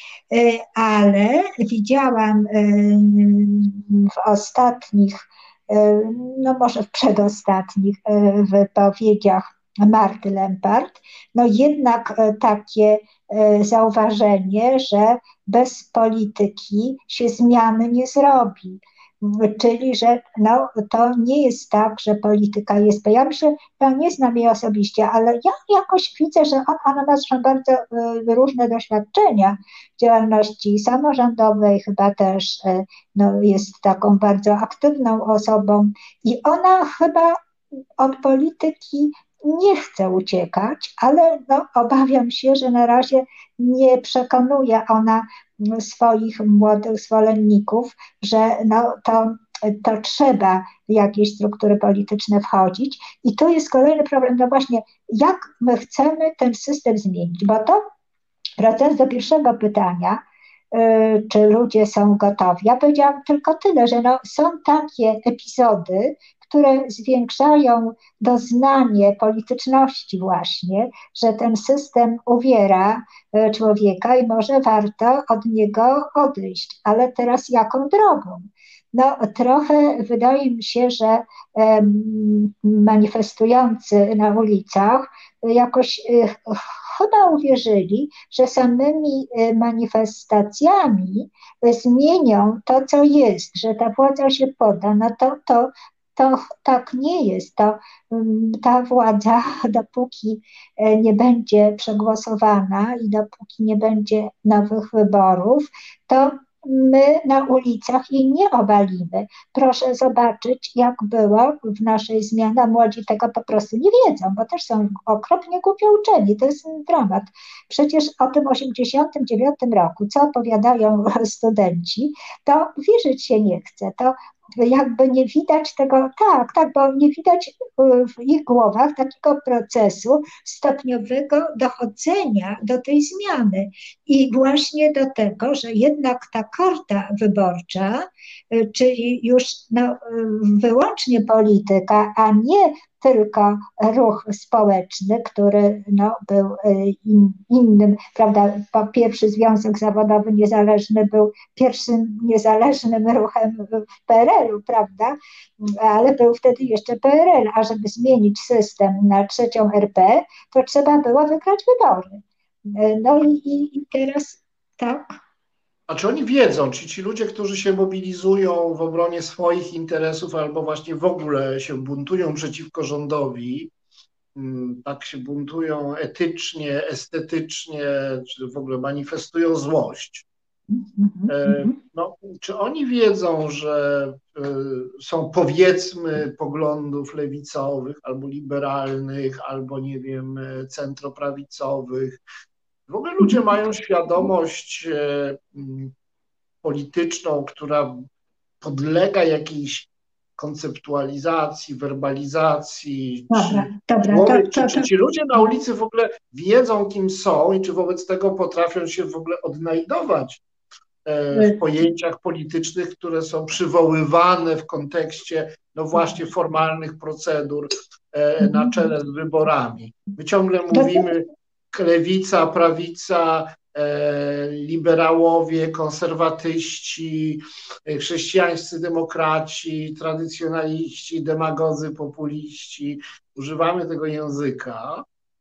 Ale widziałam w ostatnich, może w przedostatnich wypowiedziach Marty Lempart, jednak takie zauważenie, że bez polityki się zmiany nie zrobi. Czyli, że to nie jest tak, że polityka jest, bo ja myślę, ja nie znam jej osobiście, ale ja jakoś widzę, że ona ma zresztą bardzo różne doświadczenia w działalności samorządowej, chyba też jest taką bardzo aktywną osobą i ona chyba od polityki nie chce uciekać, ale obawiam się, że na razie nie przekonuje ona swoich młodych zwolenników, że to trzeba w jakieś struktury polityczne wchodzić. I to jest kolejny problem, właśnie jak my chcemy ten system zmienić, bo to, wracając do pierwszego pytania, czy ludzie są gotowi, ja powiedziałam tylko tyle, że są takie epizody, które zwiększają doznanie polityczności właśnie, że ten system uwiera człowieka i może warto od niego odejść. Ale teraz jaką drogą? Trochę wydaje mi się, że manifestujący na ulicach jakoś chyba uwierzyli, że samymi manifestacjami zmienią to, co jest, że ta władza się poda. To tak nie jest. Ta władza, dopóki nie będzie przegłosowana i dopóki nie będzie nowych wyborów, to my na ulicach jej nie obalimy. Proszę zobaczyć, jak było w naszej zmianie, a młodzi tego po prostu nie wiedzą, bo też są okropnie głupio uczeni, to jest dramat. Przecież o tym 89 roku, co opowiadają studenci, to wierzyć się nie chce, to jakby nie widać tego, tak, bo nie widać w ich głowach takiego procesu stopniowego dochodzenia do tej zmiany i właśnie do tego, że jednak ta karta wyborcza, czyli już wyłącznie polityka, a nie tylko ruch społeczny, który był innym, prawda, pierwszy Związek Zawodowy Niezależny był pierwszym niezależnym ruchem w PRL-u, prawda, ale był wtedy jeszcze PRL, a żeby zmienić system na trzecią RP, to trzeba było wygrać wybory. I teraz tak. A czy oni wiedzą, czy ci ludzie, którzy się mobilizują w obronie swoich interesów albo właśnie w ogóle się buntują przeciwko rządowi, tak się buntują etycznie, estetycznie, czy w ogóle manifestują złość. No, czy oni wiedzą, że są, powiedzmy, poglądów lewicowych albo liberalnych, albo nie wiem, centroprawicowych? W ogóle ludzie mają świadomość polityczną, która podlega jakiejś konceptualizacji, werbalizacji. Czy ci ludzie na ulicy w ogóle wiedzą, kim są i czy wobec tego potrafią się w ogóle odnajdować w pojęciach politycznych, które są przywoływane w kontekście, no właśnie, formalnych procedur na czele z wyborami. My ciągle mówimy lewica, prawica, liberałowie, konserwatyści, chrześcijańscy demokraci, tradycjonaliści, demagodzy, populiści. Używamy tego języka,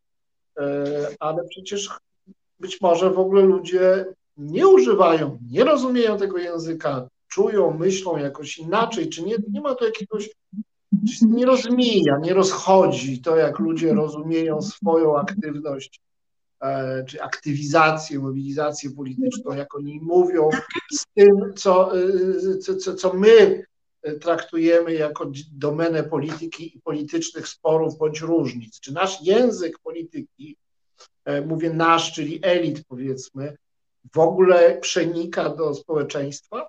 ale przecież być może w ogóle ludzie nie używają, nie rozumieją tego języka, czują, myślą jakoś inaczej, czy nie ma tu jakiegoś, nie rozmija, nie rozchodzi to, jak ludzie rozumieją swoją aktywność, czy aktywizację, mobilizację polityczną, jak oni mówią, z tym, co my traktujemy jako domenę polityki i politycznych sporów bądź różnic. Czy nasz język polityki, mówię nasz, czyli elit, powiedzmy, w ogóle przenika do społeczeństwa?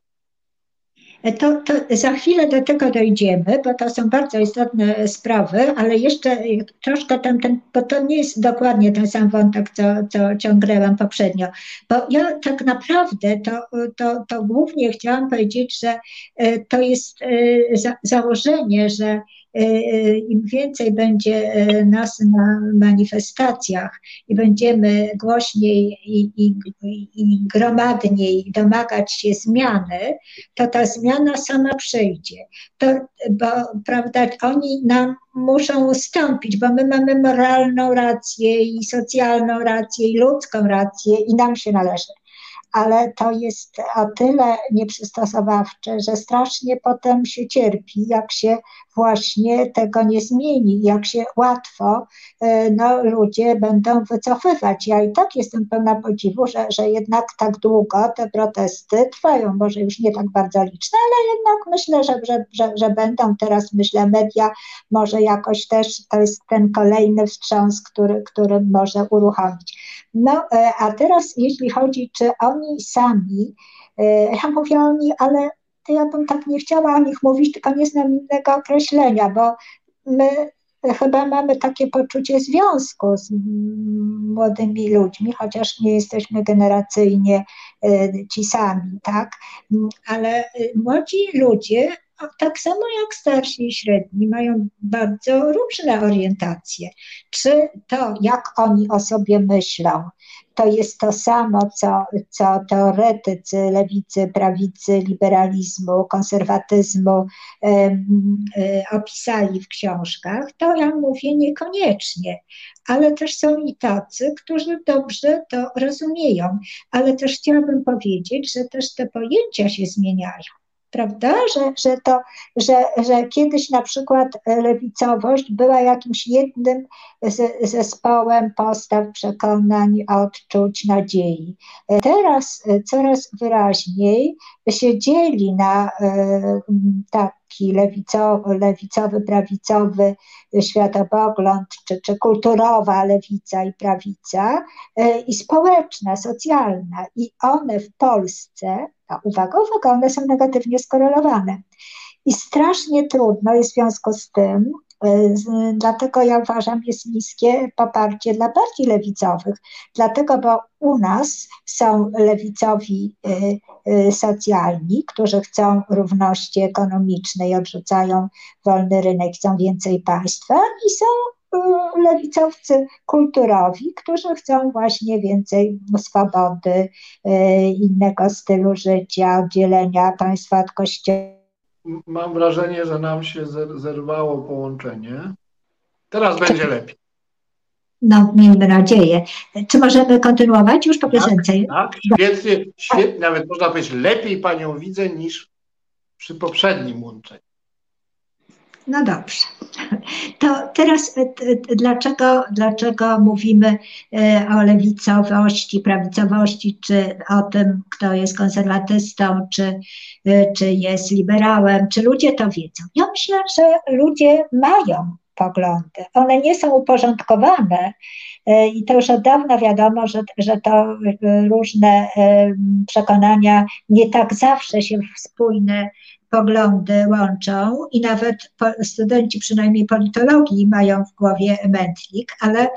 To za chwilę do tego dojdziemy, bo to są bardzo istotne sprawy, ale jeszcze troszkę bo to nie jest dokładnie ten sam wątek, co ciągnęłam poprzednio. Bo ja tak naprawdę to głównie chciałam powiedzieć, że to jest założenie, że im więcej będzie nas na manifestacjach i będziemy głośniej i gromadniej domagać się zmiany, to ta zmiana sama przyjdzie. Bo prawda, oni nam muszą ustąpić, bo my mamy moralną rację i socjalną rację i ludzką rację i nam się należy. Ale to jest o tyle nieprzystosowawcze, że strasznie potem się cierpi, jak się właśnie tego nie zmieni, jak się łatwo ludzie będą wycofywać. Ja i tak jestem pełna podziwu, że jednak tak długo te protesty trwają, może już nie tak bardzo liczne, ale jednak myślę, że będą teraz, media może jakoś też, to jest ten kolejny wstrząs, który może uruchomić. No, a teraz jeśli chodzi, czy oni sami, ja mówię oni, ale to ja bym tak nie chciała o nich mówić, tylko nie znam innego określenia, bo my chyba mamy takie poczucie związku z młodymi ludźmi, chociaż nie jesteśmy generacyjnie ci sami, tak? Ale młodzi ludzie, tak samo jak starsi i średni, mają bardzo różne orientacje. Czy to, jak oni o sobie myślą, to jest to samo, co teoretycy lewicy, prawicy, liberalizmu, konserwatyzmu opisali w książkach, to ja mówię niekoniecznie. Ale też są i tacy, którzy dobrze to rozumieją. Ale też chciałabym powiedzieć, że też te pojęcia się zmieniają. Prawda? Że kiedyś na przykład lewicowość była jakimś jednym zespołem postaw, przekonań, odczuć, nadziei. Teraz coraz wyraźniej się dzieli na taki lewicowy, prawicowy światopogląd, czy kulturowa lewica i prawica, i społeczna, socjalna. I one w Polsce, uwaga, one są negatywnie skorelowane. I strasznie trudno jest w związku z tym, dlatego ja uważam, jest niskie poparcie dla partii lewicowych, dlatego, bo u nas są lewicowi socjalni, którzy chcą równości ekonomicznej, odrzucają wolny rynek, chcą więcej państwa, i są lewicowcy kulturowi, którzy chcą właśnie więcej swobody, innego stylu życia, oddzielenia państwa od kościoła. Mam wrażenie, że nam się zerwało połączenie. Teraz będzie lepiej. No, miejmy nadzieję. Czy możemy kontynuować już po piosence? Tak, świetnie, nawet można powiedzieć, lepiej panią widzę niż przy poprzednim łączeniu. No dobrze. To teraz dlaczego mówimy o lewicowości, prawicowości, czy o tym, kto jest konserwatystą, czy jest liberałem, czy ludzie to wiedzą? Ja myślę, że ludzie mają poglądy. One nie są uporządkowane i to już od dawna wiadomo, że to różne przekonania nie tak zawsze się w spójne poglądy łączą i nawet studenci przynajmniej politologii mają w głowie mętlik, ale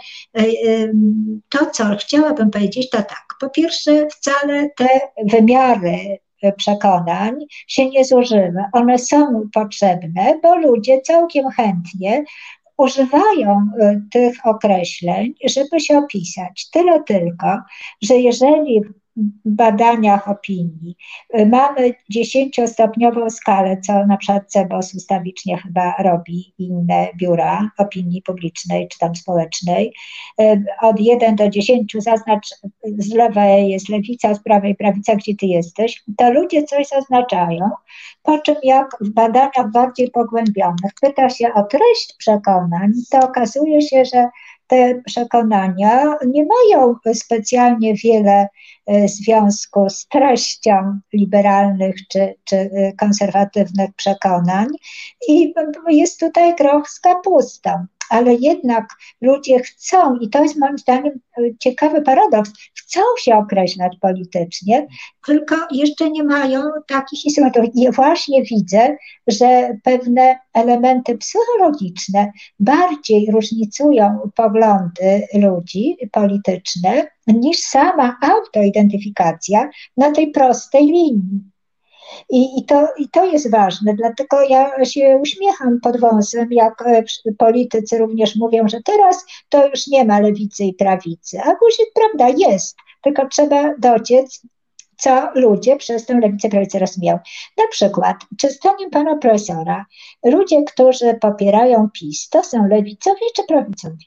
to, co chciałabym powiedzieć, to tak, po pierwsze wcale te wymiary przekonań się nie zużyły. One są potrzebne, bo ludzie całkiem chętnie używają tych określeń, żeby się opisać. Tyle tylko, że jeżeli w badaniach opinii mamy 10-stopniową skalę, co na przykład CBOS ustawicznie chyba robi inne biura opinii publicznej czy tam społecznej, od 1 do 10 zaznacz, z lewej jest lewica, z prawej prawica, gdzie ty jesteś, to ludzie coś zaznaczają, po czym jak w badaniach bardziej pogłębionych pyta się o treść przekonań, to okazuje się, że te przekonania nie mają specjalnie wiele związku z treścią liberalnych czy konserwatywnych przekonań i jest tutaj groch z kapustą. Ale jednak ludzie chcą, i to jest moim zdaniem ciekawy paradoks, chcą się określać politycznie, tylko jeszcze nie mają takich instrumentów. I właśnie widzę, że pewne elementy psychologiczne bardziej różnicują poglądy ludzi polityczne niż sama autoidentyfikacja na tej prostej linii. I to jest ważne, dlatego ja się uśmiecham pod wąsem, jak politycy również mówią, że teraz to już nie ma lewicy i prawicy, a guzik, prawda, jest, tylko trzeba dociec, co ludzie przez tę lewicę i prawicę rozumieją. Na przykład, czy zdaniem pana profesora, ludzie, którzy popierają PiS, to są lewicowi czy prawicowi?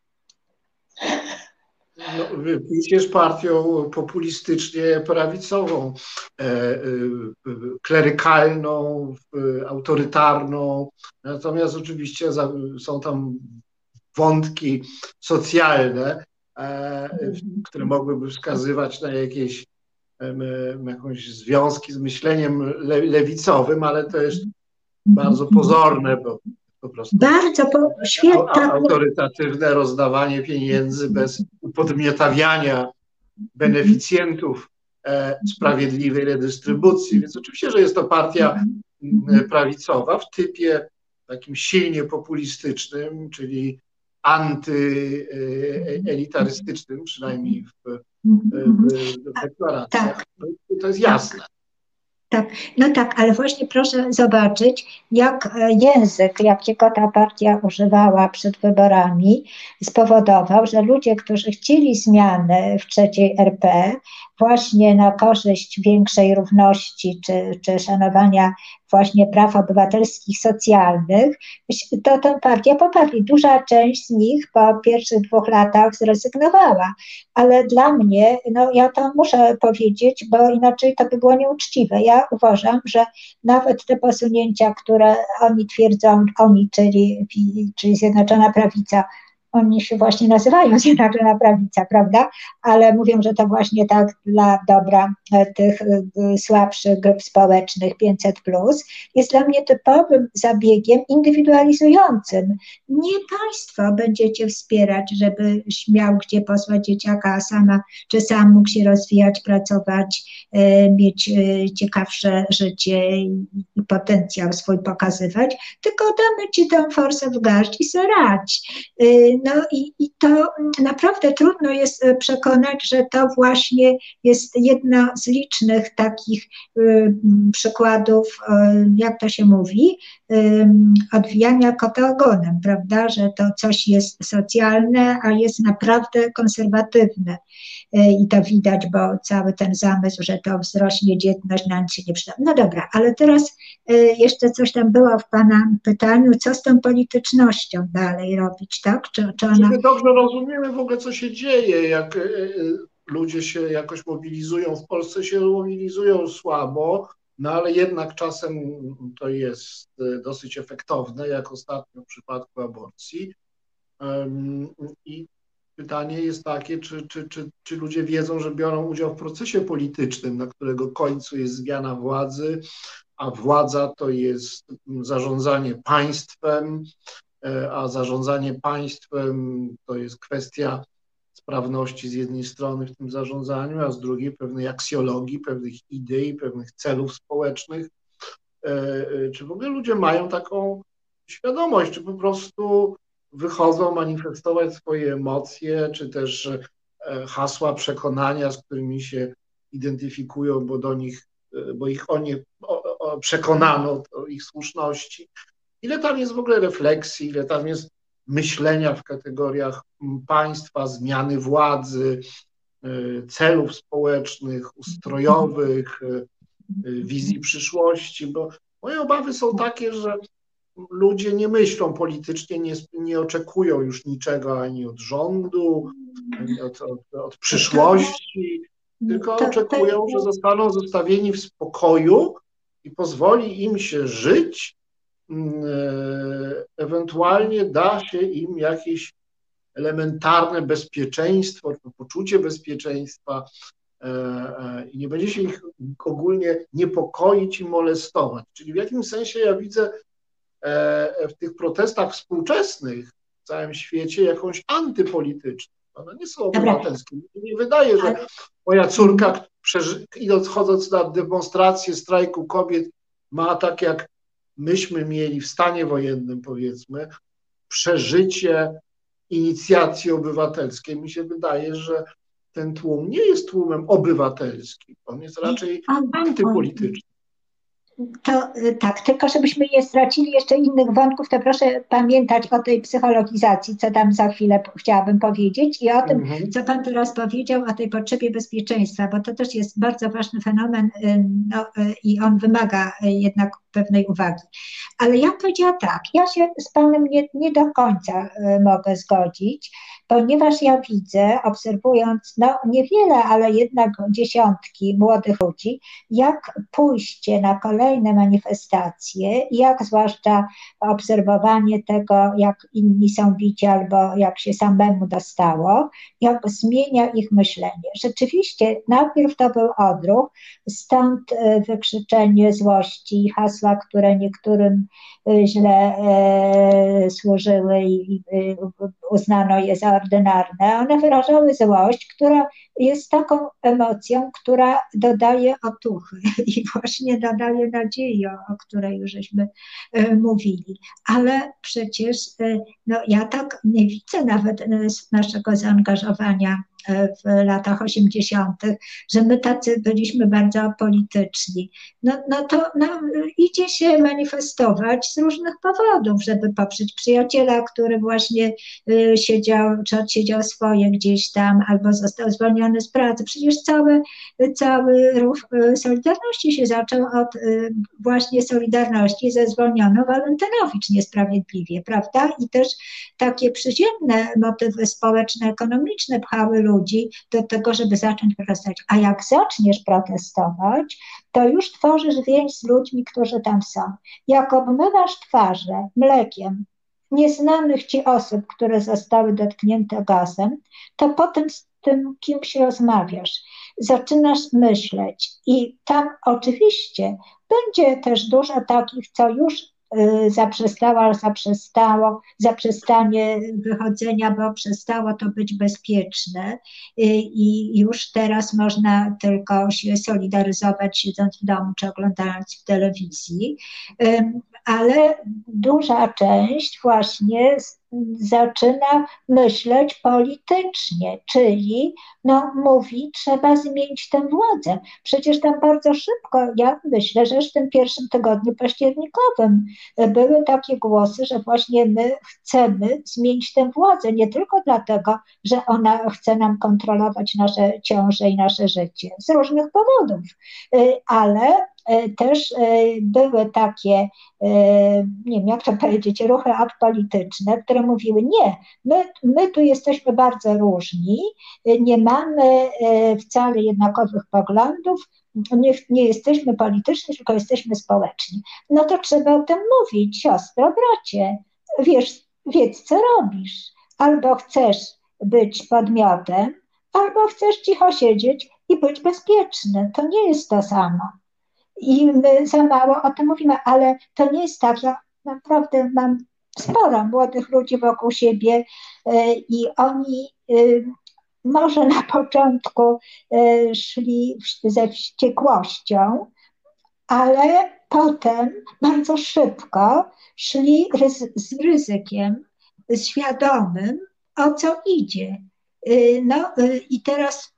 No, PiS jest partią populistycznie prawicową, klerykalną, autorytarną, natomiast oczywiście są tam wątki socjalne, które mogłyby wskazywać na jakąś związki z myśleniem lewicowym, ale to jest bardzo pozorne, bo po prostu autorytatywne rozdawanie pieniędzy bez upodmiotawiania beneficjentów sprawiedliwej redystrybucji. Więc oczywiście, że jest to partia prawicowa w typie takim silnie populistycznym, czyli antyelitarystycznym, przynajmniej w deklaracjach. To jest jasne. Tak, no tak, ale właśnie proszę zobaczyć, jak język, jakiego ta partia używała przed wyborami, spowodował, że ludzie, którzy chcieli zmiany w III RP, właśnie na korzyść większej równości czy szanowania właśnie praw obywatelskich, socjalnych, to tę partię poparli. Duża część z nich po pierwszych 2 latach zrezygnowała, ale dla mnie, no ja to muszę powiedzieć, bo inaczej to by było nieuczciwe. Ja uważam, że nawet te posunięcia, które oni twierdzą, czyli Zjednoczona Prawica, oni się właśnie nazywają Zjednoczona Prawica, prawda? Ale mówią, że to właśnie tak dla dobra tych słabszych grup społecznych 500+, jest dla mnie typowym zabiegiem indywidualizującym. Nie państwo będziecie wspierać, żeby śmiał gdzie posłać dzieciaka, czy sam mógł się rozwijać, pracować, mieć ciekawsze życie i potencjał swój pokazywać, tylko damy ci tę forsę w garść i se radź. No i to naprawdę trudno jest przekonać, że to właśnie jest jedno z licznych takich przykładów, jak to się mówi, odwijania kota ogonem, prawda, że to coś jest socjalne, a jest naprawdę konserwatywne. I to widać, bo cały ten zamysł, że to wzrośnie dzietność, na nic się nie przyda. No dobra, ale teraz jeszcze coś tam było w pana pytaniu, co z tą politycznością dalej robić, tak? Czy ona... My dobrze rozumiemy w ogóle, co się dzieje, jak ludzie się jakoś mobilizują. W Polsce się mobilizują słabo, no ale jednak czasem to jest dosyć efektowne, jak ostatnio w przypadku aborcji. I pytanie jest takie, czy ludzie wiedzą, że biorą udział w procesie politycznym, na którego końcu jest zmiana władzy, a władza to jest zarządzanie państwem, a zarządzanie państwem to jest kwestia sprawności z jednej strony w tym zarządzaniu, a z drugiej pewnej aksjologii, pewnych idei, pewnych celów społecznych. Czy w ogóle ludzie mają taką świadomość, czy po prostu wychodzą manifestować swoje emocje, czy też hasła przekonania, z którymi się identyfikują, bo ich przekonano o ich słuszności. Ile tam jest w ogóle refleksji, ile tam jest myślenia w kategoriach państwa, zmiany władzy, celów społecznych, ustrojowych, wizji przyszłości, bo moje obawy są takie, że ludzie nie myślą politycznie, nie oczekują już niczego ani od rządu, ani od przyszłości, tylko oczekują, że zostaną zostawieni w spokoju i pozwoli im się żyć. Ewentualnie da się im jakieś elementarne bezpieczeństwo, poczucie bezpieczeństwa i nie będzie się ich ogólnie niepokoić i molestować. Czyli w jakimś sensie ja widzę w tych protestach współczesnych w całym świecie jakąś antypolityczną. One nie są obywatelskie. Mi się nie wydaje, że moja córka, chodząc na demonstrację strajku kobiet, ma tak jak myśmy mieli w stanie wojennym, powiedzmy, przeżycie inicjacji obywatelskiej. Mi się wydaje, że ten tłum nie jest tłumem obywatelskim. On jest raczej antypolityczny. To tak, tylko żebyśmy nie stracili jeszcze innych wątków, to proszę pamiętać o tej psychologizacji, co tam za chwilę chciałabym powiedzieć, i o tym, co pan teraz powiedział, o tej potrzebie bezpieczeństwa, bo to też jest bardzo ważny fenomen, i on wymaga jednak pewnej uwagi. Ale ja powiedziałam tak, ja się z panem nie do końca mogę zgodzić, ponieważ ja widzę, obserwując, niewiele, ale jednak dziesiątki młodych ludzi, jak pójście na kolejne manifestacje, jak zwłaszcza obserwowanie tego, jak inni są bici albo jak się samemu dostało, jak zmienia ich myślenie. Rzeczywiście najpierw to był odruch, stąd wykrzyczenie złości, hasła, które niektórym źle służyły i uznano je za ordynarne. One wyrażały złość, która jest taką emocją, która dodaje otuchy i właśnie dodaje nadziei, o której już żeśmy mówili. Ale przecież ja tak nie widzę nawet naszego zaangażowania w latach 80., że my tacy byliśmy bardzo apolityczni. Idzie się manifestować z różnych powodów, żeby poprzeć przyjaciela, który właśnie siedział swoje gdzieś tam, albo został zwolniony z pracy. Przecież cały ruch Solidarności się zaczął od właśnie Solidarności ze zwolnioną Walentynowicz niesprawiedliwie, prawda? I też takie przyziemne motywy społeczno-ekonomiczne pchały ludzi do tego, żeby zacząć protestować. A jak zaczniesz protestować, to już tworzysz więź z ludźmi, którzy tam są. Jak obmywasz twarze mlekiem nieznanych ci osób, które zostały dotknięte gazem, to potem z tym kimś rozmawiasz, zaczynasz myśleć i tam oczywiście będzie też dużo takich, co już zaprzestanie wychodzenia, bo przestało to być bezpieczne i już teraz można tylko się solidaryzować, siedząc w domu czy oglądając w telewizji, ale duża część właśnie zaczyna myśleć politycznie, czyli mówi, trzeba zmienić tę władzę. Przecież tam bardzo szybko, ja myślę, że już w tym pierwszym tygodniu październikowym były takie głosy, że właśnie my chcemy zmienić tę władzę, nie tylko dlatego, że ona chce nam kontrolować nasze ciąże i nasze życie, z różnych powodów, ale też były takie, nie wiem jak to powiedzieć, ruchy apolityczne, które mówiły nie, my tu jesteśmy bardzo różni, nie mamy wcale jednakowych poglądów, nie jesteśmy polityczni, tylko jesteśmy społeczni. No to trzeba o tym mówić, siostro, bracie, wiedz co robisz. Albo chcesz być podmiotem, albo chcesz cicho siedzieć i być bezpieczny. To nie jest to samo. I my za mało o tym mówimy, ale to nie jest tak. Ja naprawdę mam sporo młodych ludzi wokół siebie i oni może na początku szli ze wściekłością, ale potem bardzo szybko szli z ryzykiem świadomym, o co idzie. No i teraz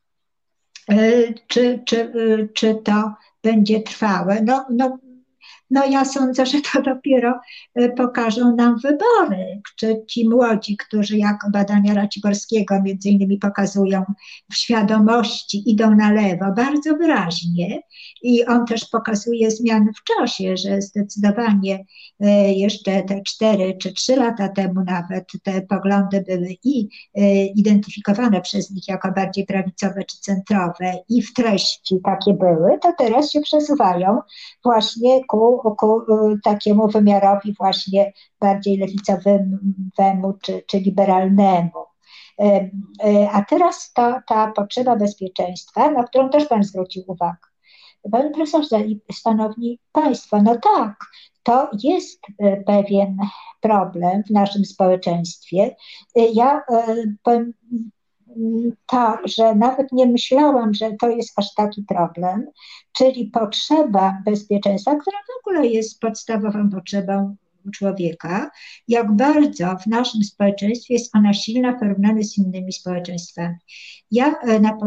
czy to będzie trwałe? No ja sądzę, że to dopiero pokażą nam wybory, czy ci młodzi, którzy jak badania Raciborskiego między innymi pokazują w świadomości, idą na lewo bardzo wyraźnie i on też pokazuje zmiany w czasie, że zdecydowanie jeszcze te 4 czy 3 lata temu nawet te poglądy były i identyfikowane przez nich jako bardziej prawicowe czy centrowe i w treści takie były, to teraz się przesuwają właśnie ku takiemu wymiarowi właśnie bardziej lewicowemu czy liberalnemu. A teraz ta potrzeba bezpieczeństwa, na którą też Pan zwrócił uwagę. Panie profesorze i szanowni Państwo, no tak, to jest pewien problem w naszym społeczeństwie. Ja powiem tak, że nawet nie myślałam, że to jest aż taki problem, czyli potrzeba bezpieczeństwa, która w ogóle jest podstawową potrzebą człowieka, jak bardzo w naszym społeczeństwie jest ona silna w porównaniu z innymi społeczeństwami. Ja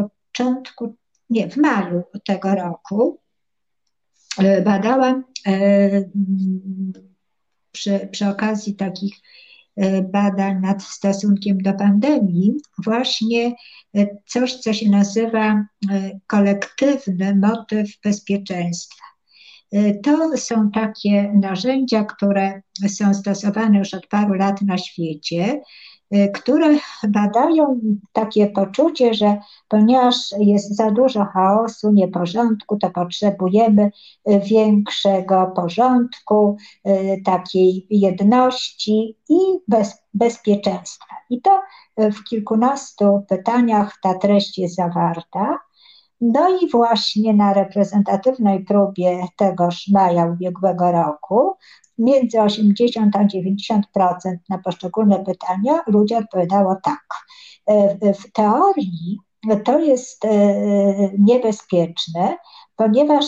w maju tego roku badałam przy okazji takich badań nad stosunkiem do pandemii właśnie coś, co się nazywa kolektywny motyw bezpieczeństwa. To są takie narzędzia, które są stosowane już od paru lat na świecie, które badają takie poczucie, że ponieważ jest za dużo chaosu, nieporządku, to potrzebujemy większego porządku, takiej jedności i bezpieczeństwa. I to w kilkunastu pytaniach ta treść jest zawarta. No i właśnie na reprezentatywnej próbie tegoż maja ubiegłego roku między 80 a 90% na poszczególne pytania ludzi odpowiadało tak. W teorii to jest niebezpieczne, ponieważ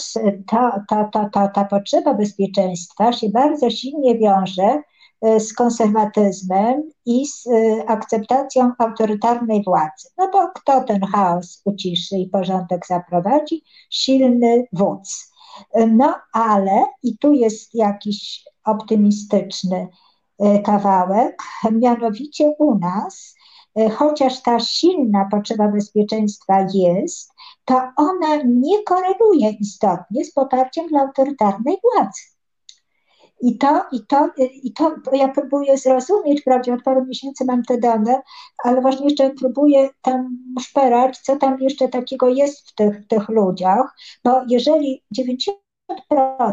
ta potrzeba bezpieczeństwa się bardzo silnie wiąże z konserwatyzmem i z akceptacją autorytarnej władzy. No bo kto ten chaos uciszy i porządek zaprowadzi? Silny wódz. No ale, i tu jest jakiś optymistyczny kawałek, mianowicie u nas, chociaż ta silna potrzeba bezpieczeństwa jest, to ona nie koreluje istotnie z poparciem dla autorytarnej władzy. I to ja próbuję zrozumieć, wprawdzie od paru miesięcy mam te dane, ale właśnie jeszcze próbuję tam szperać, co tam jeszcze takiego jest w tych ludziach, bo jeżeli 90%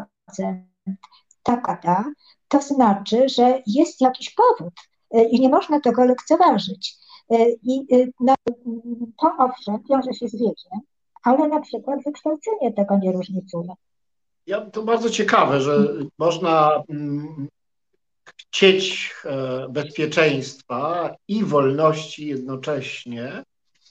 taka, to znaczy, że jest jakiś powód i nie można tego lekceważyć. I to owszem wiąże się z wiekiem, ale na przykład wykształcenie tego nie różnicuje. To bardzo ciekawe, że można chcieć bezpieczeństwa i wolności jednocześnie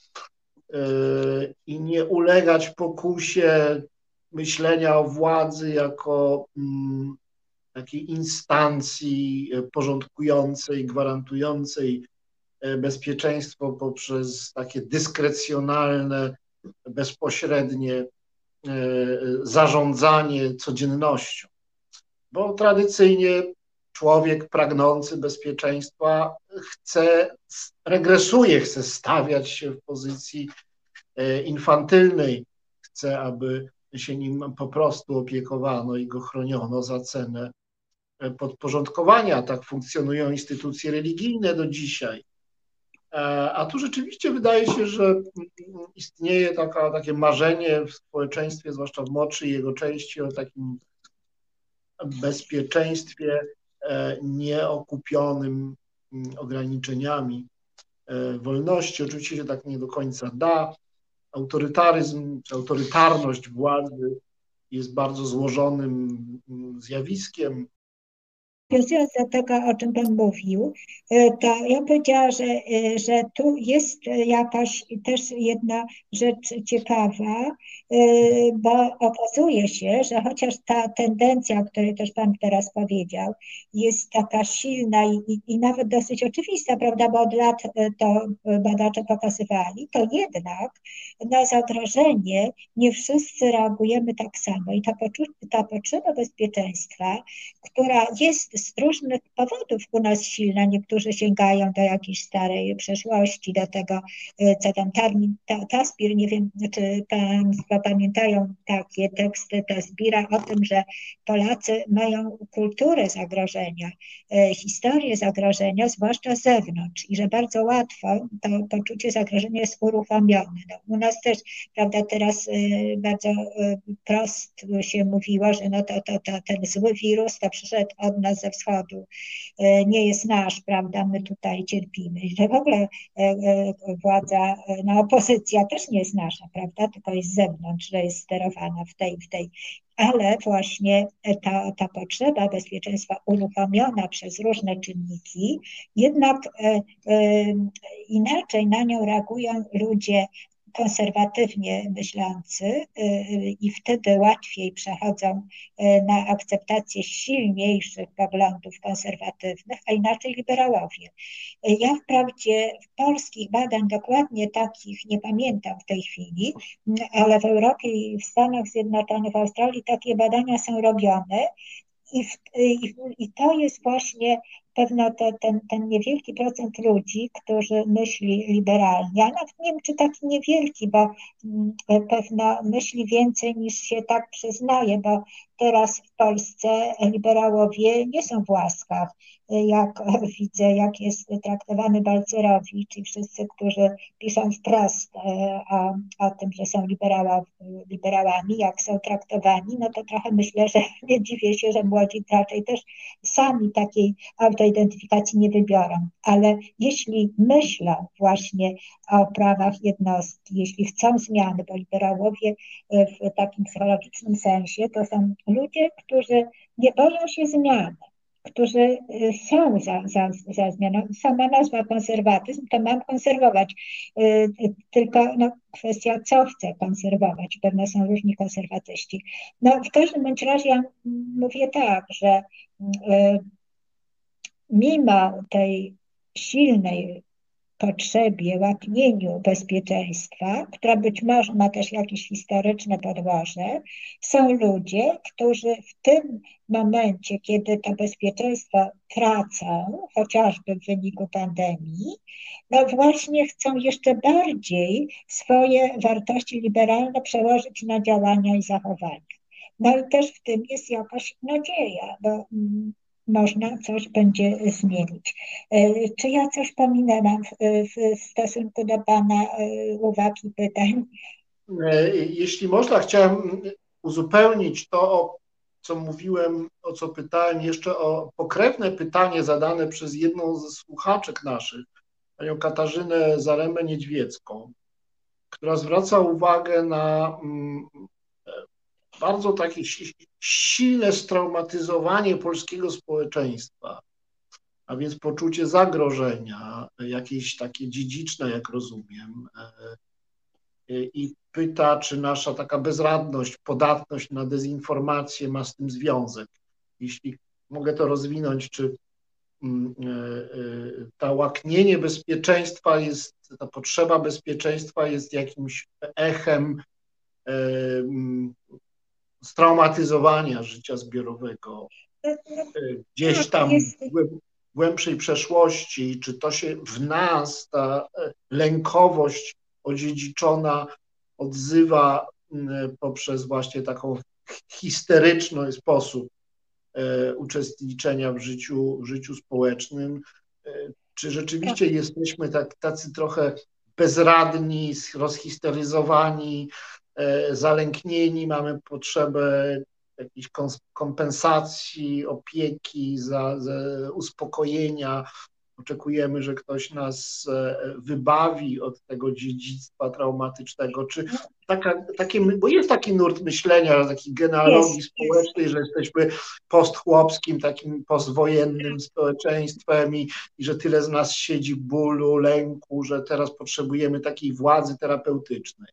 i nie ulegać pokusie myślenia o władzy jako takiej instancji porządkującej, gwarantującej bezpieczeństwo poprzez takie dyskrecjonalne, bezpośrednie zarządzanie codziennością. Bo tradycyjnie człowiek pragnący bezpieczeństwa regresuje, chce stawiać się w pozycji infantylnej, chce, aby się nim po prostu opiekowano i go chroniono za cenę podporządkowania. Tak funkcjonują instytucje religijne do dzisiaj. A tu rzeczywiście wydaje się, że istnieje takie marzenie w społeczeństwie, zwłaszcza w młodszej jego części, o takim bezpieczeństwie nieokupionym ograniczeniami wolności. Oczywiście się tak nie do końca da. Autorytaryzm czy autorytarność władzy jest bardzo złożonym zjawiskiem. Nawiązując do tego, o czym Pan mówił, to ja powiedziała, że tu jest jakaś też jedna rzecz ciekawa, bo okazuje się, że chociaż ta tendencja, o której też Pan teraz powiedział, jest taka silna i nawet dosyć oczywista, prawda, bo od lat to badacze pokazywali, to jednak na zagrożenie nie wszyscy reagujemy tak samo i ta potrzeba bezpieczeństwa, która jest z różnych powodów u nas silna. Niektórzy sięgają do jakiejś starej przeszłości, do tego, co tam Taspir, nie wiem, czy Państwo pamiętają takie teksty Taspira o tym, że Polacy mają kulturę zagrożenia, historię zagrożenia, zwłaszcza z zewnątrz i że bardzo łatwo to poczucie zagrożenia jest uruchomione. No, u nas też, prawda, teraz bardzo prost się mówiło, że no ten zły wirus to przyszedł od nas ze wschodu, nie jest nasz, prawda, my tutaj cierpimy. Że w ogóle władza, no opozycja też nie jest nasza, prawda, tylko jest z zewnątrz, że jest sterowana w tej. Ale właśnie ta potrzeba bezpieczeństwa uruchomiona przez różne czynniki, jednak inaczej na nią reagują ludzie konserwatywnie myślący i wtedy łatwiej przechodzą na akceptację silniejszych poglądów konserwatywnych, a inaczej liberałowie. Ja wprawdzie w polskich badań dokładnie takich nie pamiętam w tej chwili, ale w Europie i w Stanach Zjednoczonych, w Australii takie badania są robione i to jest właśnie pewno ten niewielki procent ludzi, którzy myśli liberalnie, a nawet nie wiem, czy taki niewielki, bo pewno myśli więcej niż się tak przyznaje, bo teraz w Polsce liberałowie nie są w łaskach. Jak widzę, jak jest traktowany Balcerowicz i wszyscy, którzy piszą wprost o tym, że są liberałami, jak są traktowani, no to trochę myślę, że nie dziwię się, że młodzi raczej też sami takiej autoidentyfikacji nie wybiorą. Ale jeśli myślą właśnie o prawach jednostki, jeśli chcą zmiany, bo liberałowie w takim psychologicznym sensie to są ludzie, którzy nie boją się zmiany, którzy są za zmianą. Sama nazwa konserwatyzm, to mam konserwować, tylko no, kwestia, co chcę konserwować. Pewno są różni konserwatyści. No, w każdym bądź razie ja mówię tak, że mimo tej silnej potrzebie, łaknieniu bezpieczeństwa, która być może ma też jakieś historyczne podłoże, są ludzie, którzy w tym momencie, kiedy to bezpieczeństwo tracą, chociażby w wyniku pandemii, no właśnie chcą jeszcze bardziej swoje wartości liberalne przełożyć na działania i zachowania. No i też w tym jest jakaś nadzieja, bo można coś będzie zmienić. Czy ja coś pominęłam w stosunku do Pana uwag i pytań? Jeśli można, chciałem uzupełnić to, co mówiłem, o co pytałem, jeszcze o pokrewne pytanie zadane przez jedną ze słuchaczek naszych, panią Katarzynę Zaremę-Niedźwiecką, która zwraca uwagę na bardzo takie silne straumatyzowanie polskiego społeczeństwa, a więc poczucie zagrożenia, jakieś takie dziedziczne, jak rozumiem, i pyta, czy nasza taka bezradność, podatność na dezinformację ma z tym związek. Jeśli mogę to rozwinąć, czy ta łaknienie bezpieczeństwa jest, ta potrzeba bezpieczeństwa jest jakimś echem straumatyzowania życia zbiorowego gdzieś tam w głębszej przeszłości, czy to się w nas, ta lękowość odziedziczona odzywa poprzez właśnie taką histeryczny sposób uczestniczenia w życiu społecznym. Czy rzeczywiście jesteśmy tacy trochę bezradni, rozhisteryzowani, zalęknieni, mamy potrzebę jakiejś kompensacji, opieki, za uspokojenia. Oczekujemy, że ktoś nas wybawi od tego dziedzictwa traumatycznego. Czy bo jest taki nurt myślenia, takiej genealogii społecznej, że jesteśmy postchłopskim, takim postwojennym społeczeństwem i że tyle z nas siedzi w bólu, lęku, że teraz potrzebujemy takiej władzy terapeutycznej.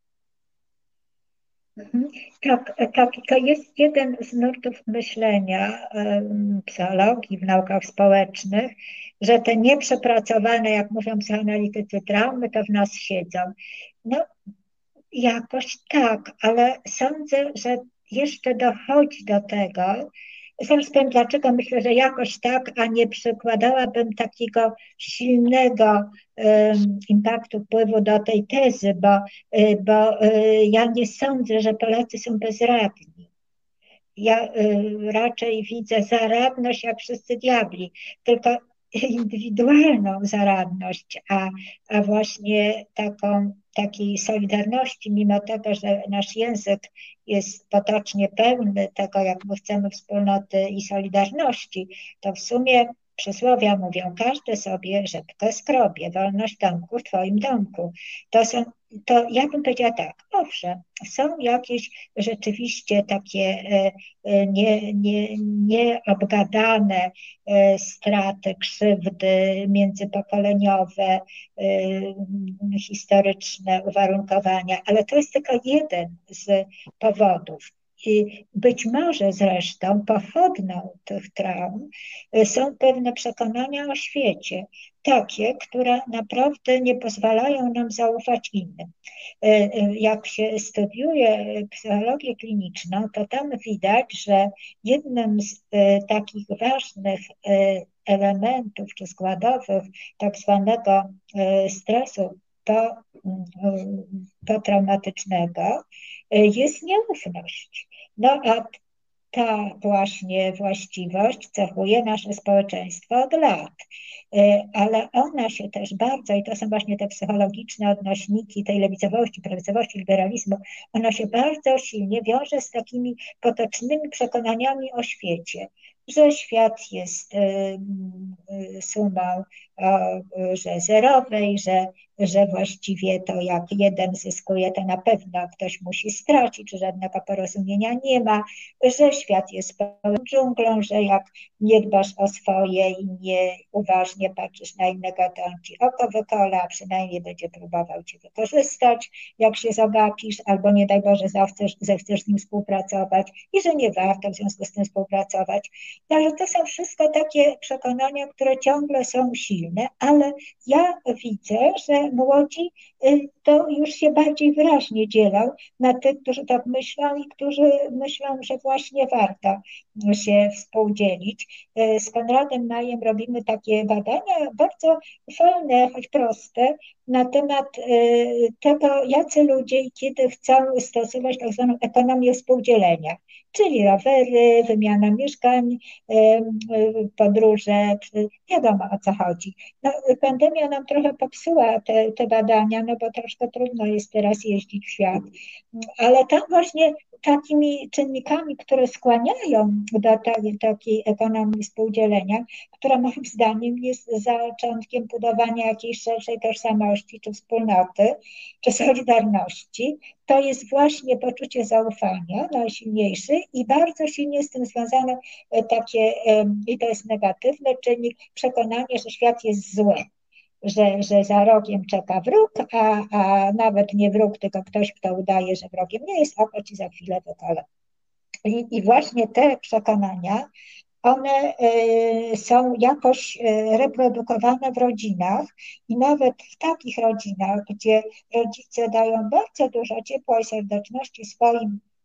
Tak, to jest jeden z nurtów myślenia psychologii, w naukach społecznych, że te nieprzepracowane, jak mówią psychoanalitycy, traumy, to w nas siedzą. No, jakoś tak, ale sądzę, że jeszcze dochodzi do tego. Zaraz powiem, dlaczego myślę, że jakoś tak, a nie przykładałabym takiego silnego impaktu, wpływu do tej tezy, bo ja nie sądzę, że Polacy są bezradni. Ja raczej widzę zaradność jak wszyscy diabli, tylko indywidualną zaradność, a właśnie takiej solidarności, mimo tego, że nasz język jest potocznie pełny tego, jak my chcemy wspólnoty i solidarności, to w sumie przysłowia mówią, każdy sobie rzepkę skrobie, wolność domku w twoim domku. To ja bym powiedziała tak, owszem, są jakieś rzeczywiście takie nieobgadane straty, krzywdy międzypokoleniowe, historyczne uwarunkowania, ale to jest tylko jeden z powodów. I być może zresztą pochodną tych traum są pewne przekonania o świecie, takie, które naprawdę nie pozwalają nam zaufać innym. Jak się studiuje psychologię kliniczną, to tam widać, że jednym z takich ważnych elementów czy składowych tak zwanego stresu potraumatycznego jest nieufność. No a ta właśnie właściwość cechuje nasze społeczeństwo od lat, ale ona się też bardzo, i to są właśnie te psychologiczne odnośniki tej lewicowości, prawicowości, liberalizmu, ona się bardzo silnie wiąże z takimi potocznymi przekonaniami o świecie, że świat jest sumą że zerowej, że właściwie to jak jeden zyskuje, to na pewno ktoś musi stracić, że żadnego porozumienia nie ma, że świat jest pełen dżunglą, że jak nie dbasz o swoje i nie uważnie patrzysz na innego, to on ci oko wykola, a przynajmniej będzie próbował cię wykorzystać, jak się zobaczysz, albo nie daj Boże zechcesz z nim współpracować i że nie warto w związku z tym współpracować. Także to są wszystko takie przekonania, które ciągle są silne, ale ja widzę, że młodzi to już się bardziej wyraźnie dzielą na tych, którzy tak myślą i którzy myślą, że właśnie warto się współdzielić. Z Konradem Majem robimy takie badania bardzo fajne, choć proste, na temat tego, jacy ludzie i kiedy chcą stosować tak zwaną ekonomię współdzielenia, czyli rowery, wymiana mieszkań, podróże, wiadomo o co chodzi. No, pandemia nam trochę popsuła te badania, no bo troszkę trudno jest teraz jeździć w świat, ale tam właśnie takimi czynnikami, które skłaniają do takiej ekonomii współdzielenia, która moim zdaniem jest zaczątkiem budowania jakiejś szerszej tożsamości, czy wspólnoty, czy solidarności, to jest właśnie poczucie zaufania najsilniejsze i bardzo silnie z tym związane takie, i to jest negatywny czynnik, przekonanie, że świat jest zły. Że za rogiem czeka wróg, a nawet nie wróg, tylko ktoś, kto udaje, że wrogiem nie jest, oko ci za chwilę wykola. I właśnie te przekonania, one są jakoś reprodukowane w rodzinach i nawet w takich rodzinach, gdzie rodzice dają bardzo dużo ciepła i serdeczności swoim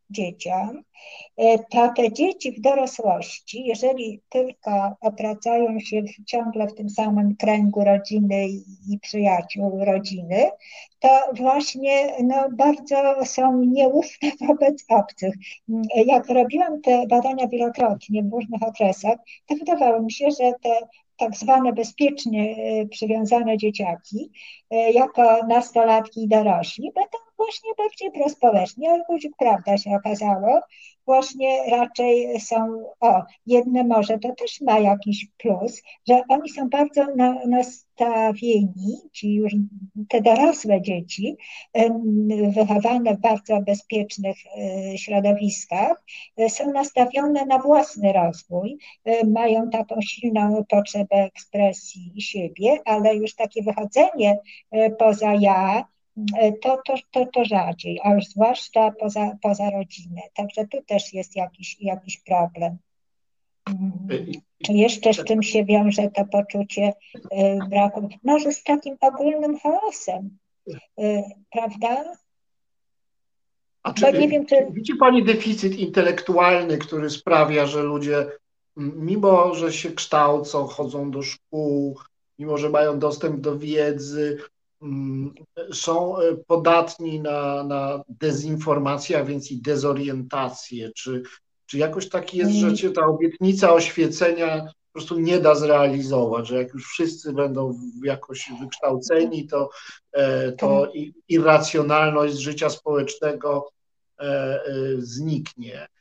dzieciom, to te dzieci w dorosłości, jeżeli tylko opracają się ciągle w tym samym kręgu rodziny i przyjaciół rodziny, to właśnie bardzo są nieufne wobec obcych. Jak robiłam te badania wielokrotnie w różnych okresach, to wydawało mi się, że te tak zwane bezpiecznie przywiązane dzieciaki, jako nastolatki i dorośli, będą właśnie bardziej prospołeczni, ale guzik, prawda, się okazało, właśnie raczej są, jedne może to też ma jakiś plus, że oni są bardzo nastawieni, ci już te dorosłe dzieci, wychowane w bardzo bezpiecznych środowiskach, są nastawione na własny rozwój, mają taką silną potrzebę ekspresji siebie, ale już takie wychodzenie poza ja, to rzadziej, a już zwłaszcza poza rodzinę. Także tu też jest jakiś problem. Czy jeszcze z czym się wiąże to poczucie braku? Może z takim ogólnym chaosem, prawda? A Bo nie wiem, czy... widzi Pani deficyt intelektualny, który sprawia, że ludzie, mimo że się kształcą, chodzą do szkół, mimo że mają dostęp do wiedzy, są podatni na dezinformację, a więc i dezorientację? Czy jakoś tak jest, że się ta obietnica oświecenia po prostu nie da zrealizować, że jak już wszyscy będą jakoś wykształceni, to irracjonalność życia społecznego zniknie.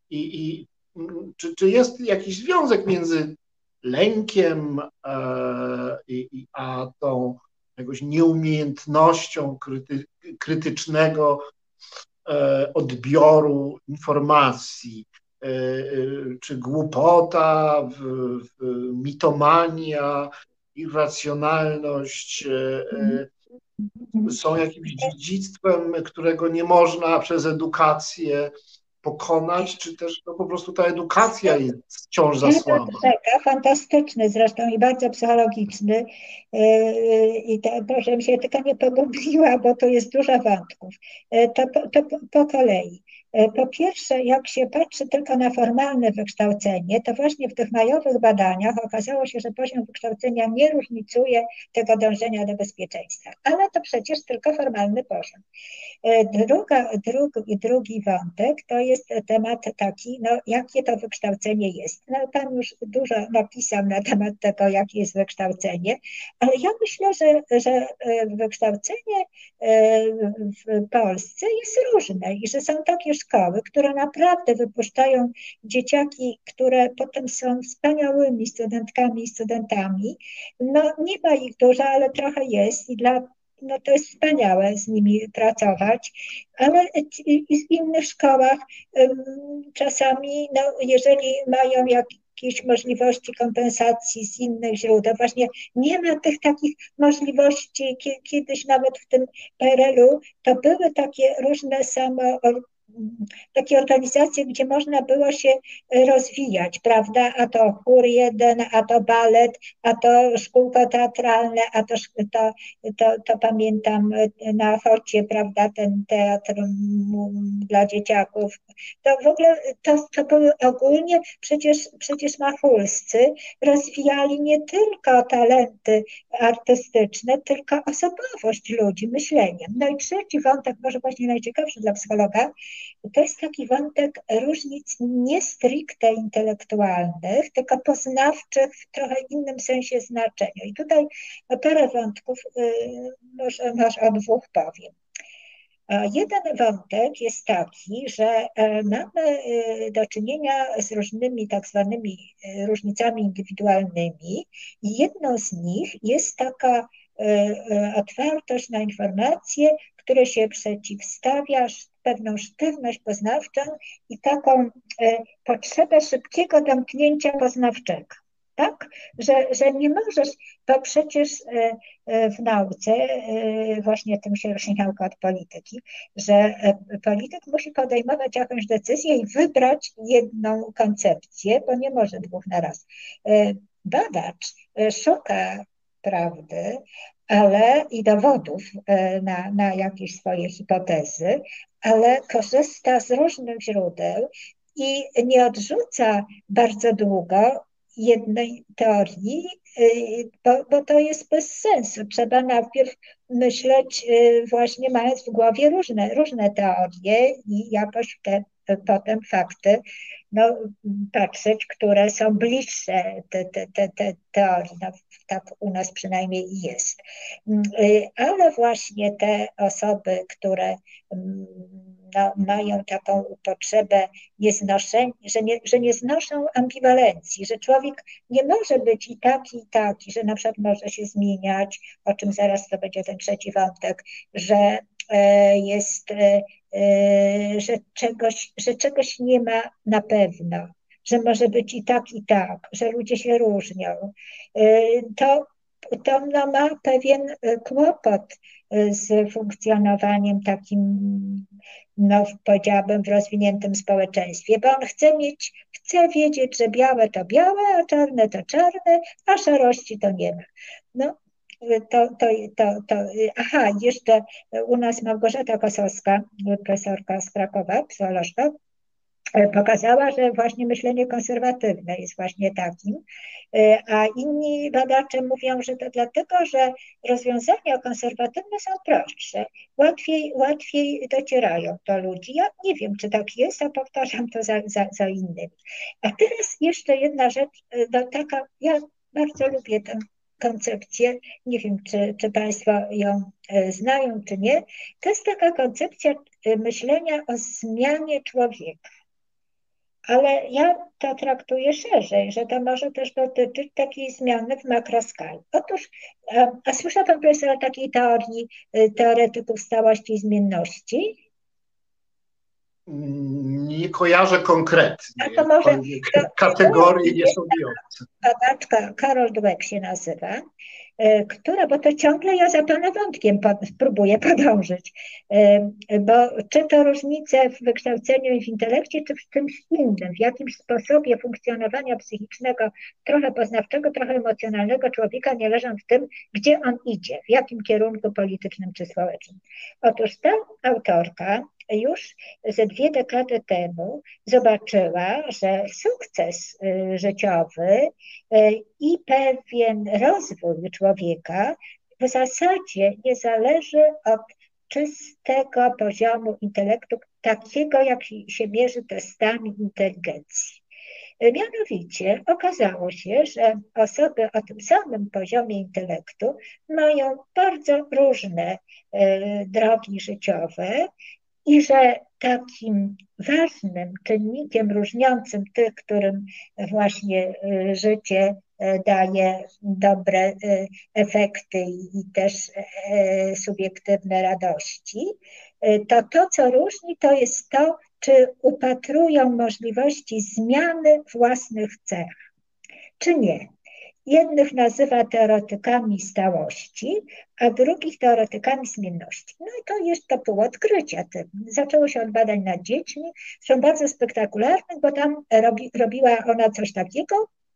Czy jest jakiś związek między lękiem a tą jakąś nieumiejętnością krytycznego odbioru informacji? Czy głupota, mitomania, irracjonalność są jakimś dziedzictwem, którego nie można przez edukację pokonać, czy też po prostu ta edukacja jest wciąż za słaba? Fantastyczny zresztą i bardzo psychologiczny. I proszę mi się tylko nie pogubiła, bo to jest dużo wątków. To po kolei. Po pierwsze, jak się patrzy tylko na formalne wykształcenie, to właśnie w tych majowych badaniach okazało się, że poziom wykształcenia nie różnicuje tego dążenia do bezpieczeństwa. Ale to przecież tylko formalny poziom. Drugi wątek to jest temat taki, jakie to wykształcenie jest. Pan już dużo napisał na temat tego, jakie jest wykształcenie, ale ja myślę, że wykształcenie w Polsce jest różne i że są takie szkoły, które naprawdę wypuszczają dzieciaki, które potem są wspaniałymi studentkami i studentami. Nie ma ich dużo, ale trochę jest i to jest wspaniałe z nimi pracować, ale w innych szkołach czasami, jeżeli mają jakieś możliwości kompensacji z innych źródeł, właśnie nie ma tych takich możliwości. Kiedyś nawet w tym PRL-u to były takie różne takie organizacje, gdzie można było się rozwijać, prawda? A to chór jeden, a to balet, a to szkółko teatralne, a to pamiętam na Chocie, prawda, ten teatr dla dzieciaków. To w ogóle to były ogólnie przecież machulscy rozwijali nie tylko talenty artystyczne, tylko osobowość ludzi, myśleniem. I trzeci wątek, może właśnie najciekawszy dla psychologa, to jest taki wątek różnic nie stricte intelektualnych, tylko poznawczych w trochę innym sensie znaczenia. I tutaj parę wątków może o dwóch powiem. Jeden wątek jest taki, że mamy do czynienia z różnymi tak zwanymi różnicami indywidualnymi i jedną z nich jest taka otwartość na informacje, które się przeciwstawia pewną sztywność poznawczą i taką potrzebę szybkiego domknięcia poznawczego. Tak? Że nie możesz, bo przecież w nauce, właśnie tym się różni nauka od polityki, że polityk musi podejmować jakąś decyzję i wybrać jedną koncepcję, bo nie może dwóch na raz. Badacz szuka prawdy, i dowodów na jakieś swoje hipotezy, ale korzysta z różnych źródeł i nie odrzuca bardzo długo jednej teorii, bo to jest bez sensu. Trzeba najpierw myśleć, właśnie mając w głowie różne teorie i jakoś potem fakty patrzeć, które są bliższe te teorii. Tak u nas przynajmniej jest. Ale właśnie te osoby, które mają taką potrzebę że nie znoszą ambiwalencji, że człowiek nie może być i taki, że na przykład może się zmieniać, o czym zaraz to będzie ten trzeci wątek, że jest, że czegoś nie ma na pewno, że może być i tak, że ludzie się różnią. To ma pewien kłopot z funkcjonowaniem takim, powiedziałabym, w rozwiniętym społeczeństwie, bo on chce wiedzieć, że białe to białe, a czarne to czarne, a szarości to nie ma. Aha, jeszcze u nas Małgorzata Kosowska, profesorka z Krakowa, psycholożka, pokazała, że właśnie myślenie konserwatywne jest właśnie takim, a inni badacze mówią, że to dlatego, że rozwiązania konserwatywne są prostsze, łatwiej docierają do ludzi. Ja nie wiem, czy tak jest, a powtarzam to za innymi. A teraz jeszcze jedna rzecz, ja bardzo lubię tę koncepcję, nie wiem, czy Państwo ją znają, czy nie. To jest taka koncepcja myślenia o zmianie człowieka. Ale ja to traktuję szerzej, że to może też dotyczyć takiej zmiany w makroskali. Otóż, a słyszał Pan profesor o takiej teorii teoretyków stałości i zmienności? Nie kojarzę konkretnie, to może kategorie nie są bijące. Badaczka Karol Dweck się nazywa, bo to ciągle ja za Pana wątkiem próbuję podążyć, bo czy to różnice w wykształceniu i w intelekcie, czy w czymś innym, w jakimś sposobie funkcjonowania psychicznego, trochę poznawczego, trochę emocjonalnego człowieka nie leżą w tym, gdzie on idzie, w jakim kierunku politycznym czy społecznym. Otóż ta autorka już ze 2 dekady temu zobaczyła, że sukces życiowy i pewien rozwój człowieka w zasadzie nie zależy od czystego poziomu intelektu, takiego jak się mierzy testami inteligencji. Mianowicie okazało się, że osoby o tym samym poziomie intelektu mają bardzo różne drogi życiowe i że takim ważnym czynnikiem różniącym tych, którym właśnie życie daje dobre efekty i też subiektywne radości, to co różni, to jest to, czy upatrują możliwości zmiany własnych cech, czy nie. Jednych nazywa teoretykami stałości, a drugich teoretykami zmienności. No i to jest to pół odkrycia. Zaczęło się od badań nad dziećmi, są bardzo spektakularnych, bo tam robiła ona coś takiego,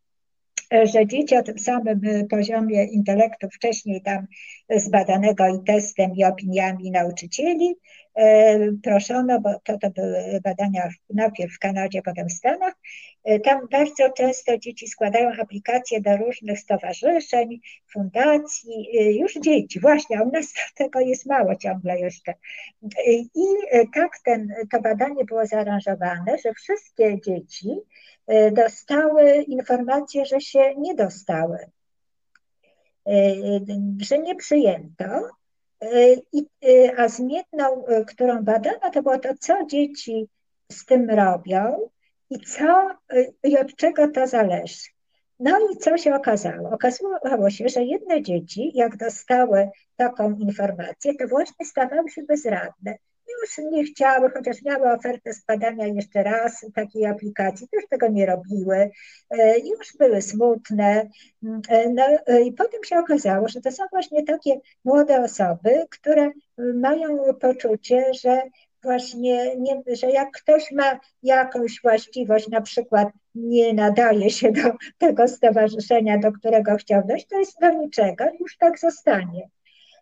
że dzieci o tym samym poziomie intelektu wcześniej tam zbadanego i testem, i opiniami nauczycieli proszono, bo to były badania najpierw w Kanadzie, potem w Stanach. Tam bardzo często dzieci składają aplikacje do różnych stowarzyszeń, fundacji, już dzieci, właśnie, a u nas tego jest mało ciągle jeszcze. I tak to badanie było zaaranżowane, że wszystkie dzieci dostały informację, że się nie dostały, że nie przyjęto, a zmienną, którą badano, to było to, co dzieci z tym robią i od czego to zależy. No i co się okazało? Okazało się, że jedne dzieci, jak dostały taką informację, to właśnie stawały się bezradne. Już nie chciały, chociaż miały ofertę składania jeszcze raz takiej aplikacji, to już tego nie robiły, już były smutne. No i potem się okazało, że to są właśnie takie młode osoby, które mają poczucie, że właśnie, że jak ktoś ma jakąś właściwość, na przykład nie nadaje się do tego stowarzyszenia, do którego chciał dojść, to jest do niczego, już tak zostanie.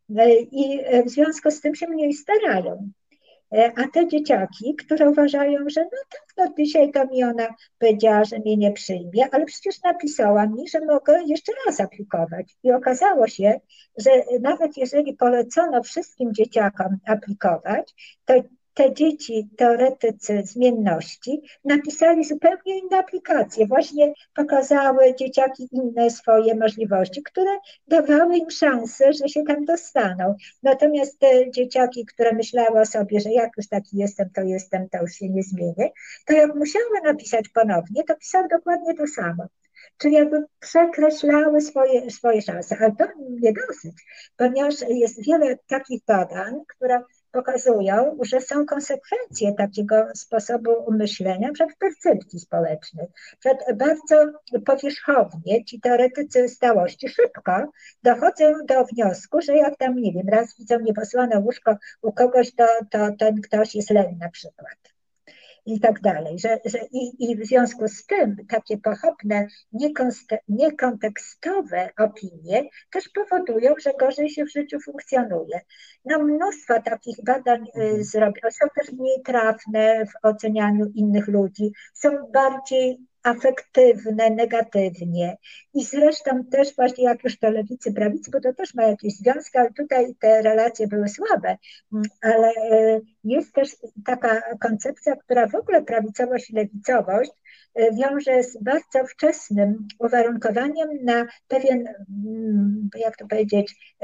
I w związku z tym się mniej starają. A te dzieciaki, które uważają, że no tak, no dzisiaj to mi ona powiedziała, że mnie nie przyjmie, ale przecież napisała mi, że mogę jeszcze raz aplikować. I okazało się, że nawet jeżeli polecono wszystkim dzieciakom aplikować, to te dzieci, teoretycy zmienności, napisali zupełnie inne aplikacje. Właśnie pokazały dzieciaki inne swoje możliwości, które dawały im szansę, że się tam dostaną. Natomiast te dzieciaki, które myślały o sobie, że jak już taki jestem, to już się nie zmienię, to jak musiały napisać ponownie, to pisały dokładnie to samo. Czyli jakby przekreślały swoje szanse. Ale to nie dosyć, ponieważ jest wiele takich badań, które pokazują, że są konsekwencje takiego sposobu myślenia przed percepcji społecznej. Przed bardzo powierzchownie ci teoretycy stałości szybko dochodzą do wniosku, że jak tam, nie wiem, raz widzą nieposłane łóżko u kogoś, to ten ktoś jest leń na przykład. I tak dalej. I w związku z tym takie pochopne, niekontekstowe opinie też powodują, że gorzej się w życiu funkcjonuje. No mnóstwo takich badań zrobiono, są też mniej trafne w ocenianiu innych ludzi, są bardziej afektywne, negatywnie. I zresztą też właśnie jak już to lewicy, prawicy, bo to też ma jakieś związki, ale tutaj te relacje były słabe, ale jest też taka koncepcja, która w ogóle prawicowość i lewicowość wiąże z bardzo wczesnym uwarunkowaniem na pewien, jak to powiedzieć,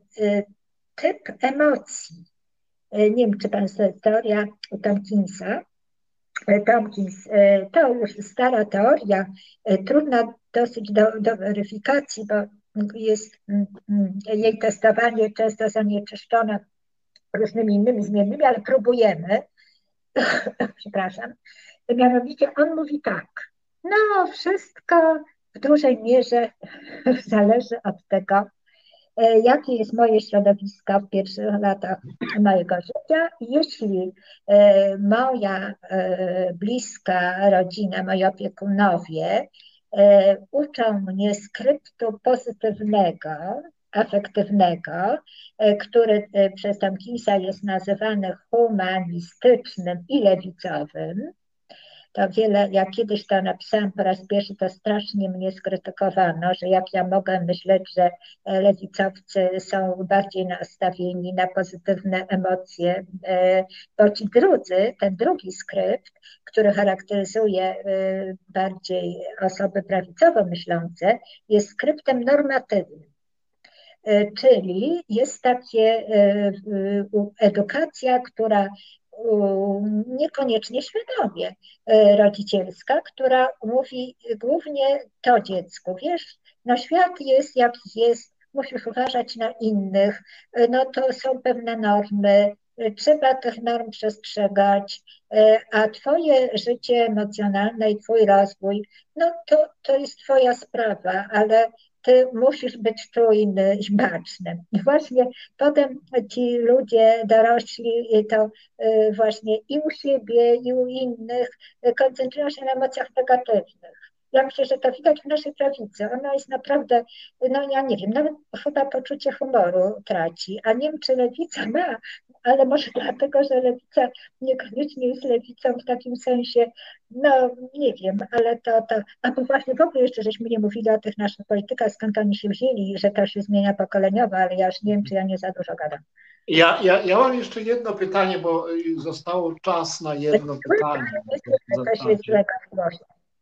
typ emocji. Nie wiem, czy pan zna teoria Tompkinsa. Tompkins, to już stara teoria, trudna dosyć do weryfikacji, bo jest jej testowanie często zanieczyszczone różnymi innymi zmiennymi, ale próbujemy. Przepraszam. Mianowicie on mówi tak, no wszystko w dużej mierze zależy od tego, jakie jest moje środowisko w pierwszych latach mojego życia. Jeśli moja bliska rodzina, moi opiekunowie uczą mnie skryptu pozytywnego, afektywnego, który przez Tompkinsa jest nazywany humanistycznym i lewicowym. To wiele, jak kiedyś to napisałam po raz pierwszy, to strasznie mnie skrytykowano, że jak ja mogę myśleć, że lewicowcy są bardziej nastawieni na pozytywne emocje, bo ci drudzy, ten drugi skrypt, który charakteryzuje bardziej osoby prawicowo myślące, jest skryptem normatywnym. Czyli jest takie edukacja, która niekoniecznie świadomie rodzicielska, która mówi głównie to dziecku, wiesz, no świat jest jaki jest, musisz uważać na innych, no to są pewne normy, trzeba tych norm przestrzegać, a twoje życie emocjonalne i twój rozwój, no to jest twoja sprawa, ale ty musisz być czujny i baczny. I właśnie potem ci ludzie dorośli to właśnie i u siebie, i u innych koncentrują się na emocjach negatywnych. Ja myślę, że to widać w naszej prawicy. Ona jest naprawdę, no ja nie wiem, nawet chyba poczucie humoru traci, a nie wiem, czy lewica ma, ale może dlatego, że lewica niekoniecznie jest lewicą w takim sensie, no nie wiem, ale a bo właśnie w ogóle jeszcze żeśmy nie mówili o tych naszych politykach, skąd oni się wzięli, że to się zmienia pokoleniowo, ale ja już nie wiem, czy ja nie za dużo gadam. Ja mam jeszcze jedno pytanie, bo zostało czas na jedno pytanie. To się zlega w głosie.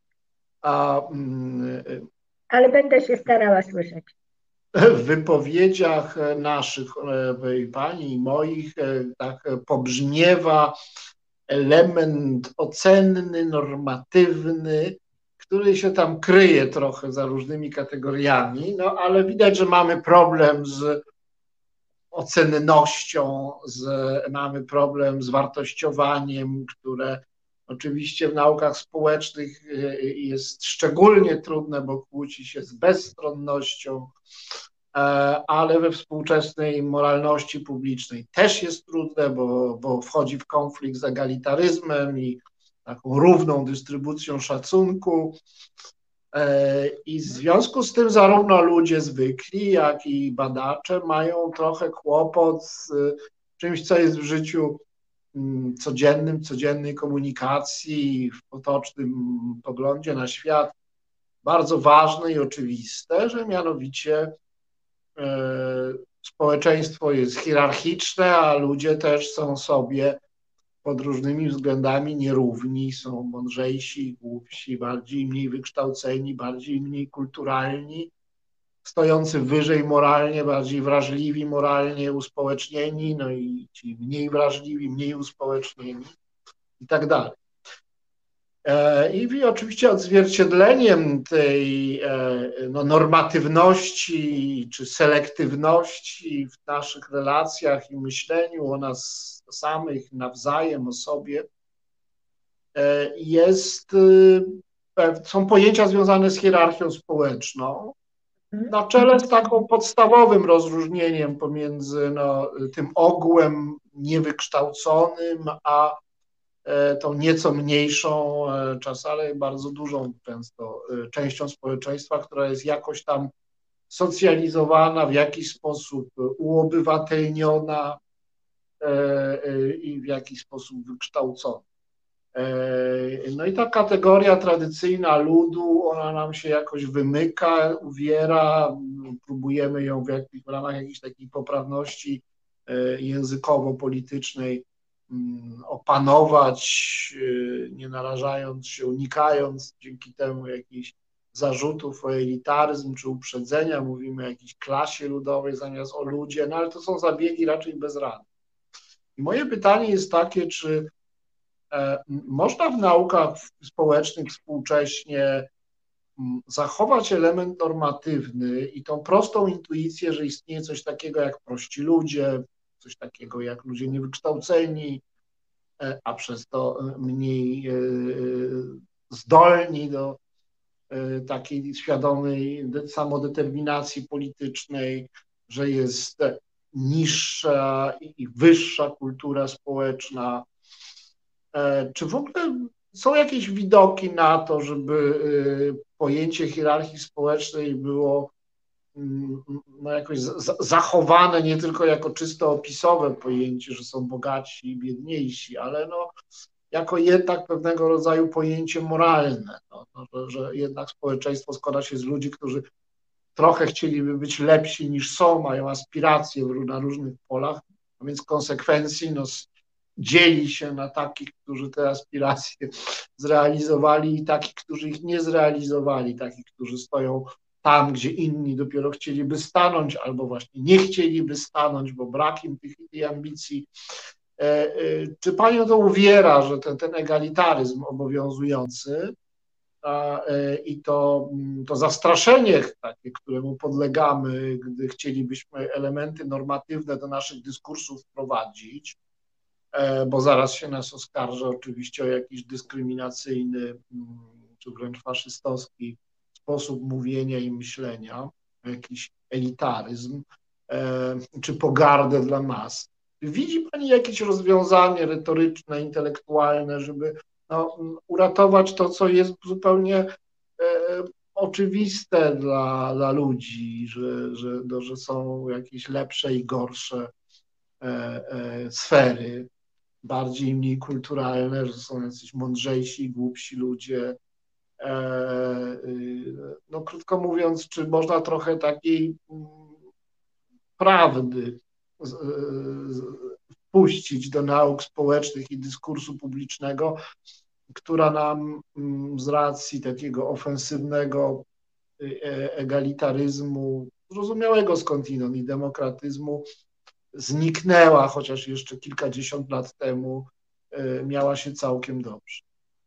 Ale będę się starała słyszeć. W wypowiedziach naszych, pani i moich, tak pobrzmiewa element ocenny, normatywny, który się tam kryje trochę za różnymi kategoriami, no ale widać, że mamy problem z ocennością, mamy problem z wartościowaniem, które oczywiście w naukach społecznych jest szczególnie trudne, bo kłóci się z bezstronnością, ale we współczesnej moralności publicznej też jest trudne, bo wchodzi w konflikt z egalitaryzmem i taką równą dystrybucją szacunku. I w związku z tym zarówno ludzie zwykli, jak i badacze mają trochę kłopot z czymś, co jest w życiu codziennym, codziennej komunikacji, w potocznym poglądzie na świat bardzo ważne i oczywiste, że mianowicie społeczeństwo jest hierarchiczne, a ludzie też są sobie pod różnymi względami nierówni, są mądrzejsi, głupsi, bardziej, mniej wykształceni, bardziej, mniej kulturalni, stojący wyżej moralnie, bardziej wrażliwi moralnie, uspołecznieni, no i ci mniej wrażliwi, mniej uspołecznieni i tak dalej. I oczywiście odzwierciedleniem tej normatywności czy selektywności w naszych relacjach i myśleniu o nas samych, nawzajem, o sobie są pojęcia związane z hierarchią społeczną, na czele z taką podstawowym rozróżnieniem pomiędzy tym ogółem niewykształconym, a tą nieco mniejszą, czasami bardzo dużą często częścią społeczeństwa, która jest jakoś tam socjalizowana, w jakiś sposób uobywatelniona i w jakiś sposób wykształcona. No i ta kategoria tradycyjna ludu, ona nam się jakoś wymyka, uwiera, próbujemy ją w ramach jakiejś takiej poprawności językowo-politycznej opanować, nie narażając się, unikając dzięki temu jakichś zarzutów o elitaryzm czy uprzedzenia, mówimy o jakiejś klasie ludowej zamiast o ludzie, no ale to są zabiegi raczej bezradne. I moje pytanie jest takie, czy można w naukach społecznych współcześnie zachować element normatywny i tą prostą intuicję, że istnieje coś takiego jak prości ludzie, coś takiego jak ludzie niewykształceni, a przez to mniej zdolni do takiej świadomej samodeterminacji politycznej, że jest niższa i wyższa kultura społeczna. Czy w ogóle są jakieś widoki na to, żeby pojęcie hierarchii społecznej było jakoś zachowane nie tylko jako czysto opisowe pojęcie, że są bogatsi i biedniejsi, ale jako jednak pewnego rodzaju pojęcie moralne, że jednak społeczeństwo składa się z ludzi, którzy trochę chcieliby być lepsi niż są, mają aspiracje na różnych polach, a więc w konsekwencji dzieli się na takich, którzy te aspiracje zrealizowali i takich, którzy ich nie zrealizowali, takich, którzy stoją tam, gdzie inni dopiero chcieliby stanąć albo właśnie nie chcieliby stanąć, bo brak im tej ambicji. Czy panią to uwiera, że ten egalitaryzm obowiązujący i to zastraszenie takie, któremu podlegamy, gdy chcielibyśmy elementy normatywne do naszych dyskursów wprowadzić, bo zaraz się nas oskarża oczywiście o jakiś dyskryminacyjny czy wręcz faszystowski sposób mówienia i myślenia, jakiś elitaryzm czy pogardę dla mas. Widzi pani jakieś rozwiązanie retoryczne, intelektualne, żeby uratować to, co jest zupełnie oczywiste dla ludzi, że są jakieś lepsze i gorsze sfery, bardziej i mniej kulturalne, że są jacyś mądrzejsi i głupsi ludzie. Krótko mówiąc, czy można trochę takiej prawdy wpuścić do nauk społecznych i dyskursu publicznego, która nam z racji takiego ofensywnego egalitaryzmu, zrozumiałego skądinąd i demokratyzmu, zniknęła, chociaż jeszcze kilkadziesiąt lat temu miała się całkiem dobrze.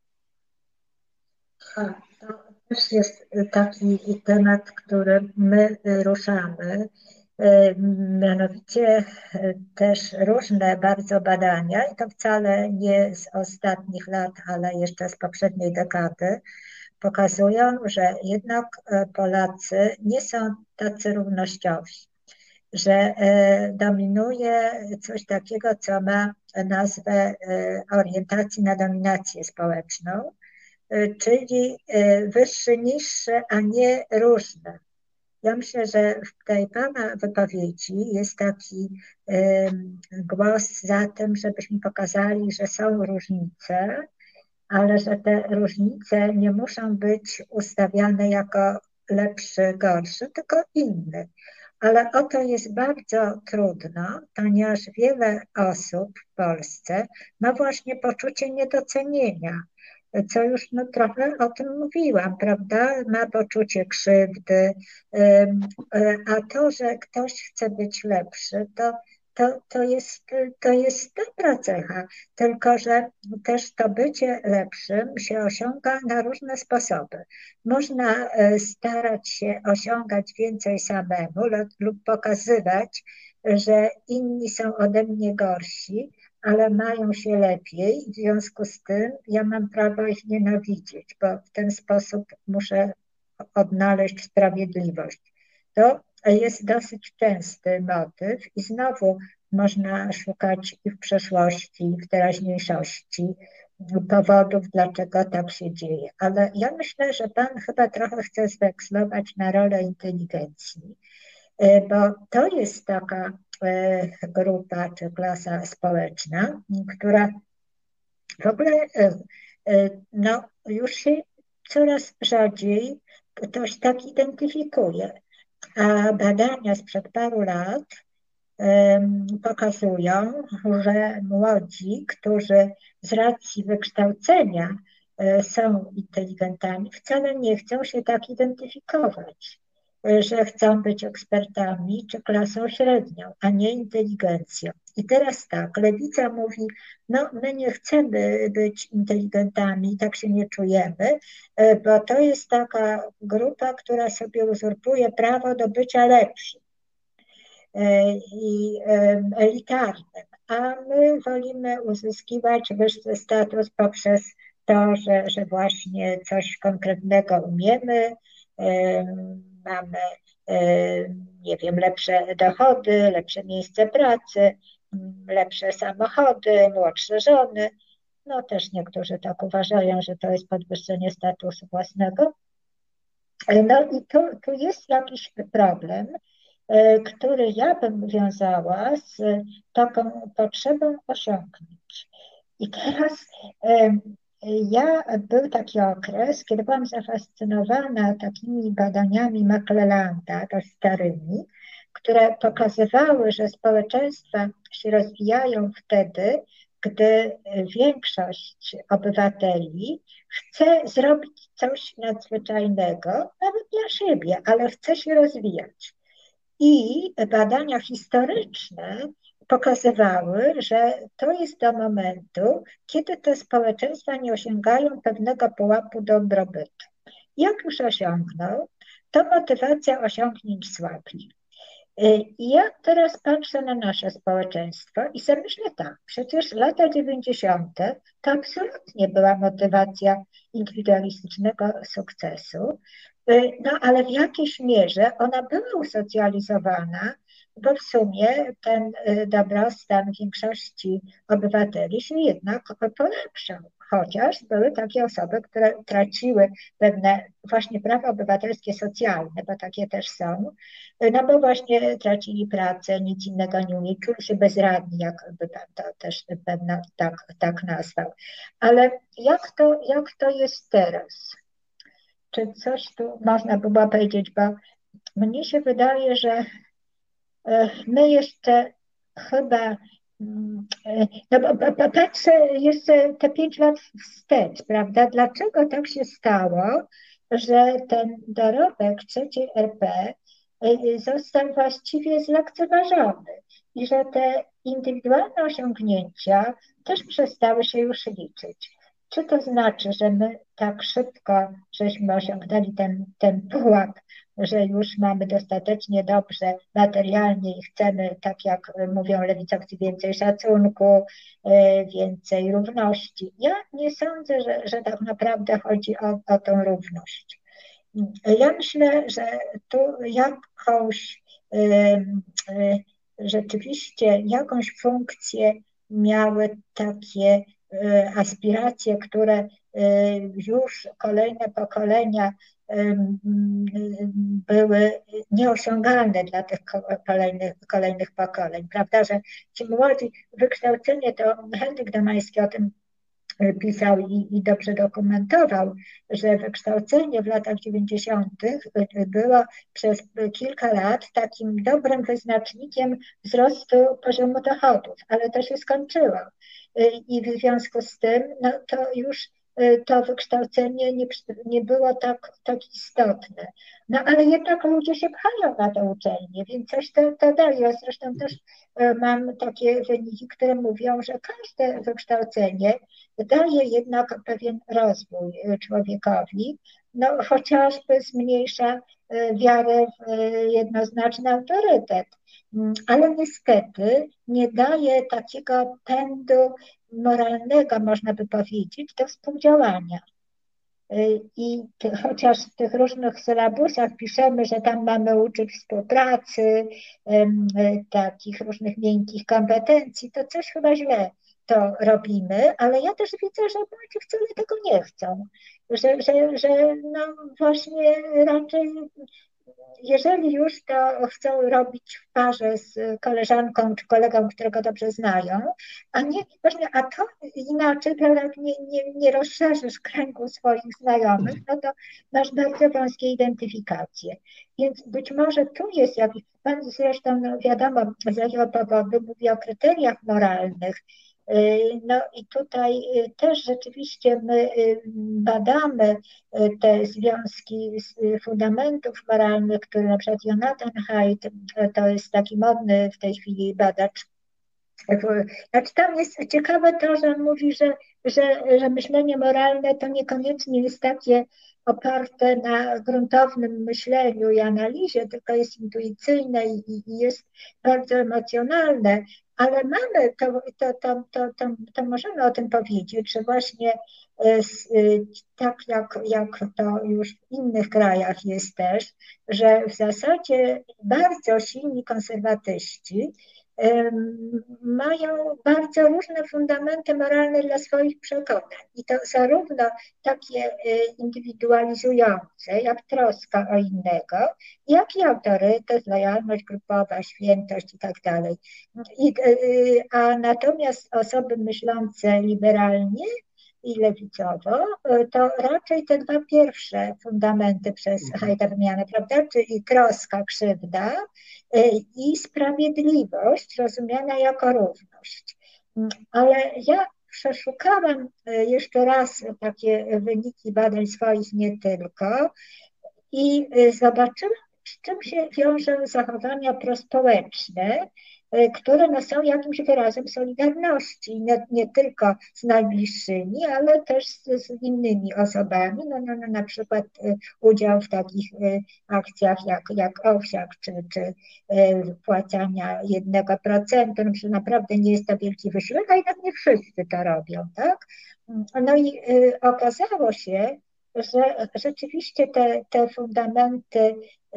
To też jest taki temat, który my ruszamy. Mianowicie też różne bardzo badania, i to wcale nie z ostatnich lat, ale jeszcze z poprzedniej dekady, pokazują, że jednak Polacy nie są tacy równościowi, że dominuje coś takiego, co ma nazwę orientacji na dominację społeczną, czyli wyższy, niższy, a nie różny. Ja myślę, że w tej Pana wypowiedzi jest taki głos za tym, żebyśmy pokazali, że są różnice, ale że te różnice nie muszą być ustawiane jako lepszy, gorszy, tylko inny. Ale o to jest bardzo trudno, ponieważ wiele osób w Polsce ma właśnie poczucie niedocenienia, co już trochę o tym mówiłam, prawda? Ma poczucie krzywdy, a to, że ktoś chce być lepszy, to jest dobra cecha, tylko że też to bycie lepszym się osiąga na różne sposoby. Można starać się osiągać więcej samemu lub pokazywać, że inni są ode mnie gorsi, ale mają się lepiej. W związku z tym ja mam prawo ich nienawidzieć, bo w ten sposób muszę odnaleźć sprawiedliwość. To jest dosyć częsty motyw i znowu można szukać i w przeszłości, i w teraźniejszości powodów, dlaczego tak się dzieje. Ale ja myślę, że Pan chyba trochę chce zwekslować na rolę inteligencji, bo to jest taka grupa czy klasa społeczna, która w ogóle już się coraz rzadziej ktoś tak identyfikuje. A badania sprzed paru lat pokazują, że młodzi, którzy z racji wykształcenia są inteligentami, wcale nie chcą się tak identyfikować, że chcą być ekspertami czy klasą średnią, a nie inteligencją. I teraz tak, lewica mówi, my nie chcemy być inteligentami, tak się nie czujemy, bo to jest taka grupa, która sobie uzurpuje prawo do bycia lepszym i elitarnym, a my wolimy uzyskiwać wyższy status poprzez to, że właśnie coś konkretnego umiemy, mamy, nie wiem, lepsze dochody, lepsze miejsce pracy, lepsze samochody, młodsze żony. Też niektórzy tak uważają, że to jest podwyższenie statusu własnego. I tu jest jakiś problem, który ja bym wiązała z taką potrzebą osiągnięć. I teraz był taki okres, kiedy byłam zafascynowana takimi badaniami McClellanda, dość starymi, które pokazywały, że społeczeństwa się rozwijają wtedy, gdy większość obywateli chce zrobić coś nadzwyczajnego, nawet dla siebie, ale chce się rozwijać. I badania historyczne pokazywały, że to jest do momentu, kiedy te społeczeństwa nie osiągają pewnego pułapu dobrobytu. Jak już osiągną, to motywacja osiągnięć słabnie. I ja teraz patrzę na nasze społeczeństwo i sobie myślę tak, przecież lata 90. to absolutnie była motywacja indywidualistycznego sukcesu, ale w jakiejś mierze ona była usocjalizowana, bo w sumie ten dobrostan większości obywateli się jednak polepszał. Chociaż były takie osoby, które traciły pewne właśnie prawa obywatelskie socjalne, bo takie też są, bo właśnie tracili pracę, nic innego nie umieli, czuli się bezradni, jakby Pan to też pewno tak nazwał. Ale jak to jest teraz? Czy coś tu można było powiedzieć, bo mnie się wydaje, że my jeszcze chyba, bo patrzę jeszcze te 5 lat wstecz, prawda? Dlaczego tak się stało, że ten dorobek III RP został właściwie zlekceważony i że te indywidualne osiągnięcia też przestały się już liczyć? Czy to znaczy, że my tak szybko żeśmy osiągnęli ten pułap, że już mamy dostatecznie dobrze materialnie i chcemy, tak jak mówią lewicowcy, więcej szacunku, więcej równości? Ja nie sądzę, że tak naprawdę chodzi o tą równość. Ja myślę, że tu rzeczywiście jakąś funkcję miały takie aspiracje, które już kolejne pokolenia były nieosiągalne dla tych kolejnych pokoleń, prawda, że ci młodzi, wykształcenie, to Henryk Domański o tym pisał i dobrze dokumentował, że wykształcenie w latach 90. było przez kilka lat takim dobrym wyznacznikiem wzrostu poziomu dochodów, ale to się skończyło. I w związku z tym no, to już to wykształcenie nie było tak istotne. No ale jednak ludzie się pchają na te uczelnie, więc coś to daje. Ja zresztą też mam takie wyniki, które mówią, że każde wykształcenie daje jednak pewien rozwój człowiekowi, no chociażby zmniejsza wiarę w jednoznaczny autorytet. Ale niestety nie daje takiego pędu moralnego, można by powiedzieć, do współdziałania. I chociaż w tych różnych sylabusach piszemy, że tam mamy uczyć współpracy, takich różnych miękkich kompetencji, to coś chyba źle to robimy, ale ja też widzę, że młodzi wcale tego nie chcą, że no właśnie raczej jeżeli już, to chcą robić w parze z koleżanką czy kolegą, którego dobrze znają, a nie właśnie, a to inaczej, jak nie rozszerzysz kręgu swoich znajomych, no to masz bardzo wąskie identyfikacje. Więc być może tu jest jakiś, pan zresztą, no wiadomo, z jakiego powodu mówi o kryteriach moralnych. No i tutaj też rzeczywiście my badamy te związki z fundamentów moralnych, które na przykład Jonathan Haidt, to jest taki modny w tej chwili badacz. Znaczy tam jest ciekawe to, że on mówi, że myślenie moralne to niekoniecznie jest takie oparte na gruntownym myśleniu i analizie, tylko jest intuicyjne i jest bardzo emocjonalne, ale mamy, to możemy o tym powiedzieć, że właśnie tak jak to już w innych krajach jest też, że w zasadzie bardzo silni konserwatyści mają bardzo różne fundamenty moralne dla swoich przekonań. I to zarówno takie indywidualizujące, jak troska o innego, jak i autorytet, lojalność grupowa, świętość i tak dalej. A natomiast osoby myślące liberalnie i lewicowo, to raczej te dwa pierwsze fundamenty przez Haidta wymieniane, prawda, czyli troska, krzywda i sprawiedliwość rozumiana jako równość. Ale ja przeszukałam jeszcze raz takie wyniki badań swoich, nie tylko, i zobaczyłam, z czym się wiążą zachowania prospołeczne, które no są jakimś wyrazem solidarności, nie tylko z najbliższymi, ale też z innymi osobami, na przykład udział w takich akcjach jak Owsiak, czy wpłacania 1%, że naprawdę nie jest to wielki wysiłek, a jednak nie wszyscy to robią, tak? No i okazało się, że rzeczywiście te fundamenty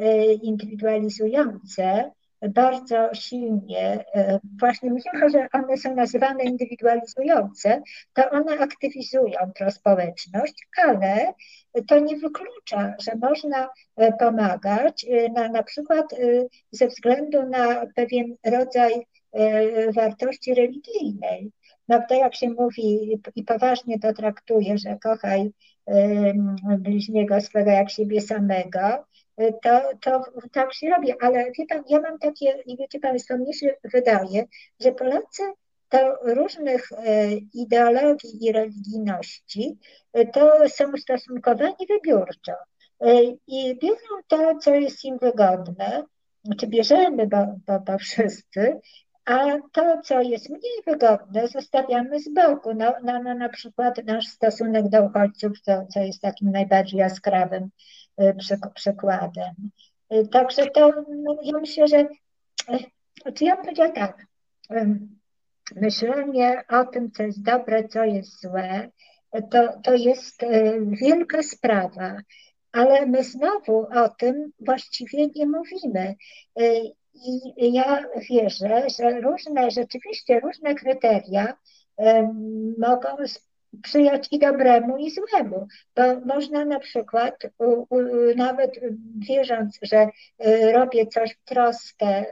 indywidualizujące bardzo silnie, właśnie mimo, że one są nazywane indywidualizujące, to one aktywizują prospołeczność, ale to nie wyklucza, że można pomagać na przykład ze względu na pewien rodzaj wartości religijnej. No to jak się mówi i poważnie to traktuje, że kochaj bliźniego swego jak siebie samego, to tak się robi, ale wie pan, ja mam takie, i wiecie państwo, mnie się wydaje, że Polacy do różnych ideologii i religijności to są ustosunkowani wybiórczo i biorą to, co jest im wygodne, czy bierzemy, bo wszyscy, a to, co jest mniej wygodne, zostawiamy z boku. Na przykład nasz stosunek do uchodźców, co jest takim najbardziej jaskrawym przykładem. Także to, ja myślę, że czy ja bym powiedziała tak, myślenie o tym, co jest dobre, co jest złe, to jest wielka sprawa, ale my znowu o tym właściwie nie mówimy. I ja wierzę, że rzeczywiście różne kryteria mogą sprzyjać i dobremu, i złemu, bo można na przykład, nawet wierząc, że robię coś w troskę,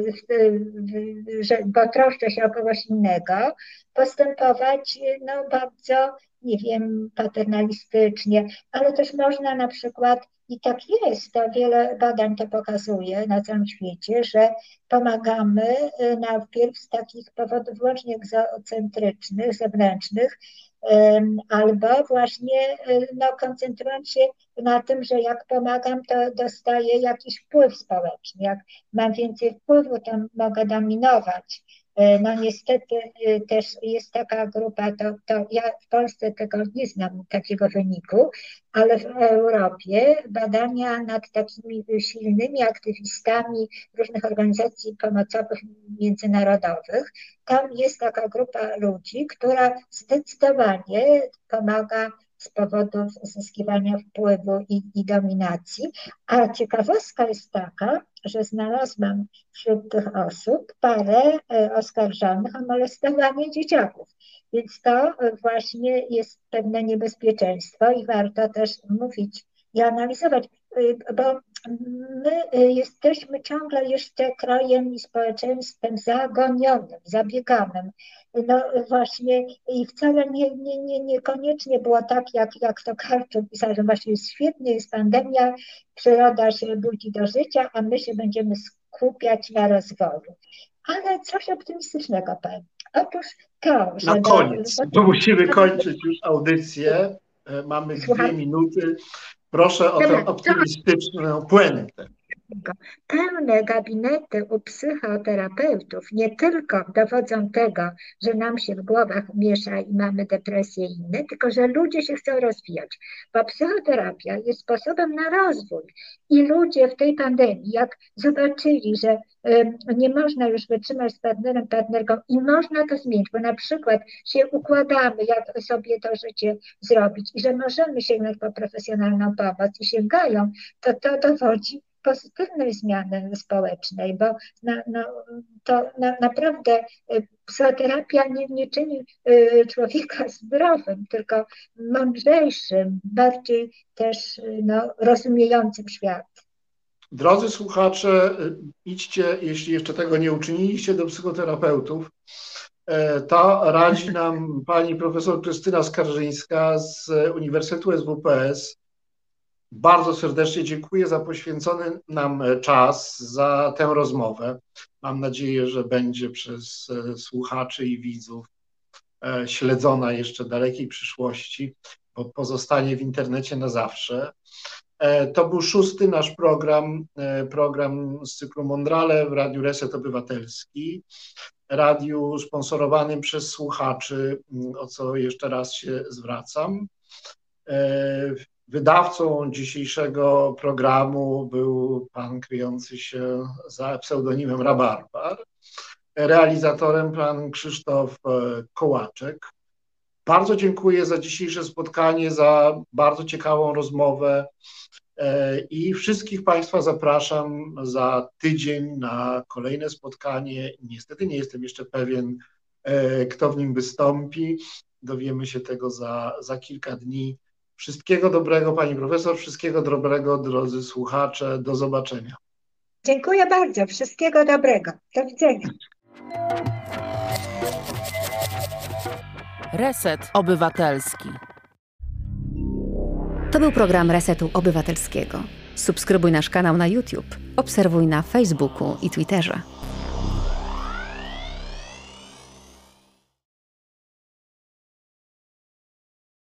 bo troszczę się o kogoś innego, postępować bardzo, nie wiem, paternalistycznie, ale też można na przykład, i tak jest, to wiele badań to pokazuje na całym świecie, że pomagamy najpierw z takich powodów wyłącznie egzocentrycznych, zewnętrznych, albo właśnie koncentrując się na tym, że jak pomagam, to dostaję jakiś wpływ społeczny. Jak mam więcej wpływu, to mogę dominować. Niestety też jest taka grupa, to ja w Polsce tego nie znam, takiego wyniku, ale w Europie badania nad takimi silnymi aktywistami różnych organizacji pomocowych międzynarodowych, tam jest taka grupa ludzi, która zdecydowanie pomaga z powodów zyskiwania wpływu i dominacji. A ciekawostka jest taka, że znalazłam wśród tych osób parę oskarżonych o molestowanie dzieciaków. Więc to właśnie jest pewne niebezpieczeństwo i warto też mówić i analizować, bo my jesteśmy ciągle jeszcze krajem i społeczeństwem zagonionym, zabieganym. Właśnie i wcale niekoniecznie było tak, jak to Karczuk pisał, że właśnie jest świetnie, jest pandemia, przyroda się budzi do życia, a my się będziemy skupiać na rozwoju. Ale coś optymistycznego powiem. Otóż to, że... Na koniec, bo musimy kończyć już audycję. Mamy 2 minuty. Proszę o tę optymistyczną puentę. Pełne gabinety u psychoterapeutów nie tylko dowodzą tego, że nam się w głowach miesza i mamy depresję i inne, tylko że ludzie się chcą rozwijać, bo psychoterapia jest sposobem na rozwój i ludzie w tej pandemii, jak zobaczyli, że nie można już wytrzymać z partnerem, partnerką i można to zmienić, bo na przykład się układamy, jak sobie to życie zrobić i że możemy sięgnąć po profesjonalną pomoc i sięgają, to dowodzi pozytywnej zmiany społecznej, bo naprawdę psychoterapia nie czyni człowieka zdrowym, tylko mądrzejszym, bardziej też rozumiejącym świat. Drodzy słuchacze, idźcie, jeśli jeszcze tego nie uczyniliście, do psychoterapeutów. To radzi nam pani profesor Krystyna Skarżyńska z Uniwersytetu SWPS. Bardzo serdecznie dziękuję za poświęcony nam czas, za tę rozmowę. Mam nadzieję, że będzie przez słuchaczy i widzów śledzona jeszcze w dalekiej przyszłości, bo pozostanie w internecie na zawsze. To był 6. nasz program z cyklu Mondrale w Radiu Reset Obywatelski, radiu sponsorowanym przez słuchaczy, o co jeszcze raz się zwracam. Wydawcą dzisiejszego programu był pan kryjący się za pseudonimem Rabarbar, realizatorem pan Krzysztof Kołaczek. Bardzo dziękuję za dzisiejsze spotkanie, za bardzo ciekawą rozmowę i wszystkich państwa zapraszam za tydzień na kolejne spotkanie. Niestety nie jestem jeszcze pewien, kto w nim wystąpi. Dowiemy się tego za kilka dni. Wszystkiego dobrego, pani profesor, wszystkiego dobrego, drodzy słuchacze. Do zobaczenia. Dziękuję bardzo. Wszystkiego dobrego. Do widzenia. Reset Obywatelski. To był program Resetu Obywatelskiego. Subskrybuj nasz kanał na YouTube, obserwuj na Facebooku i Twitterze.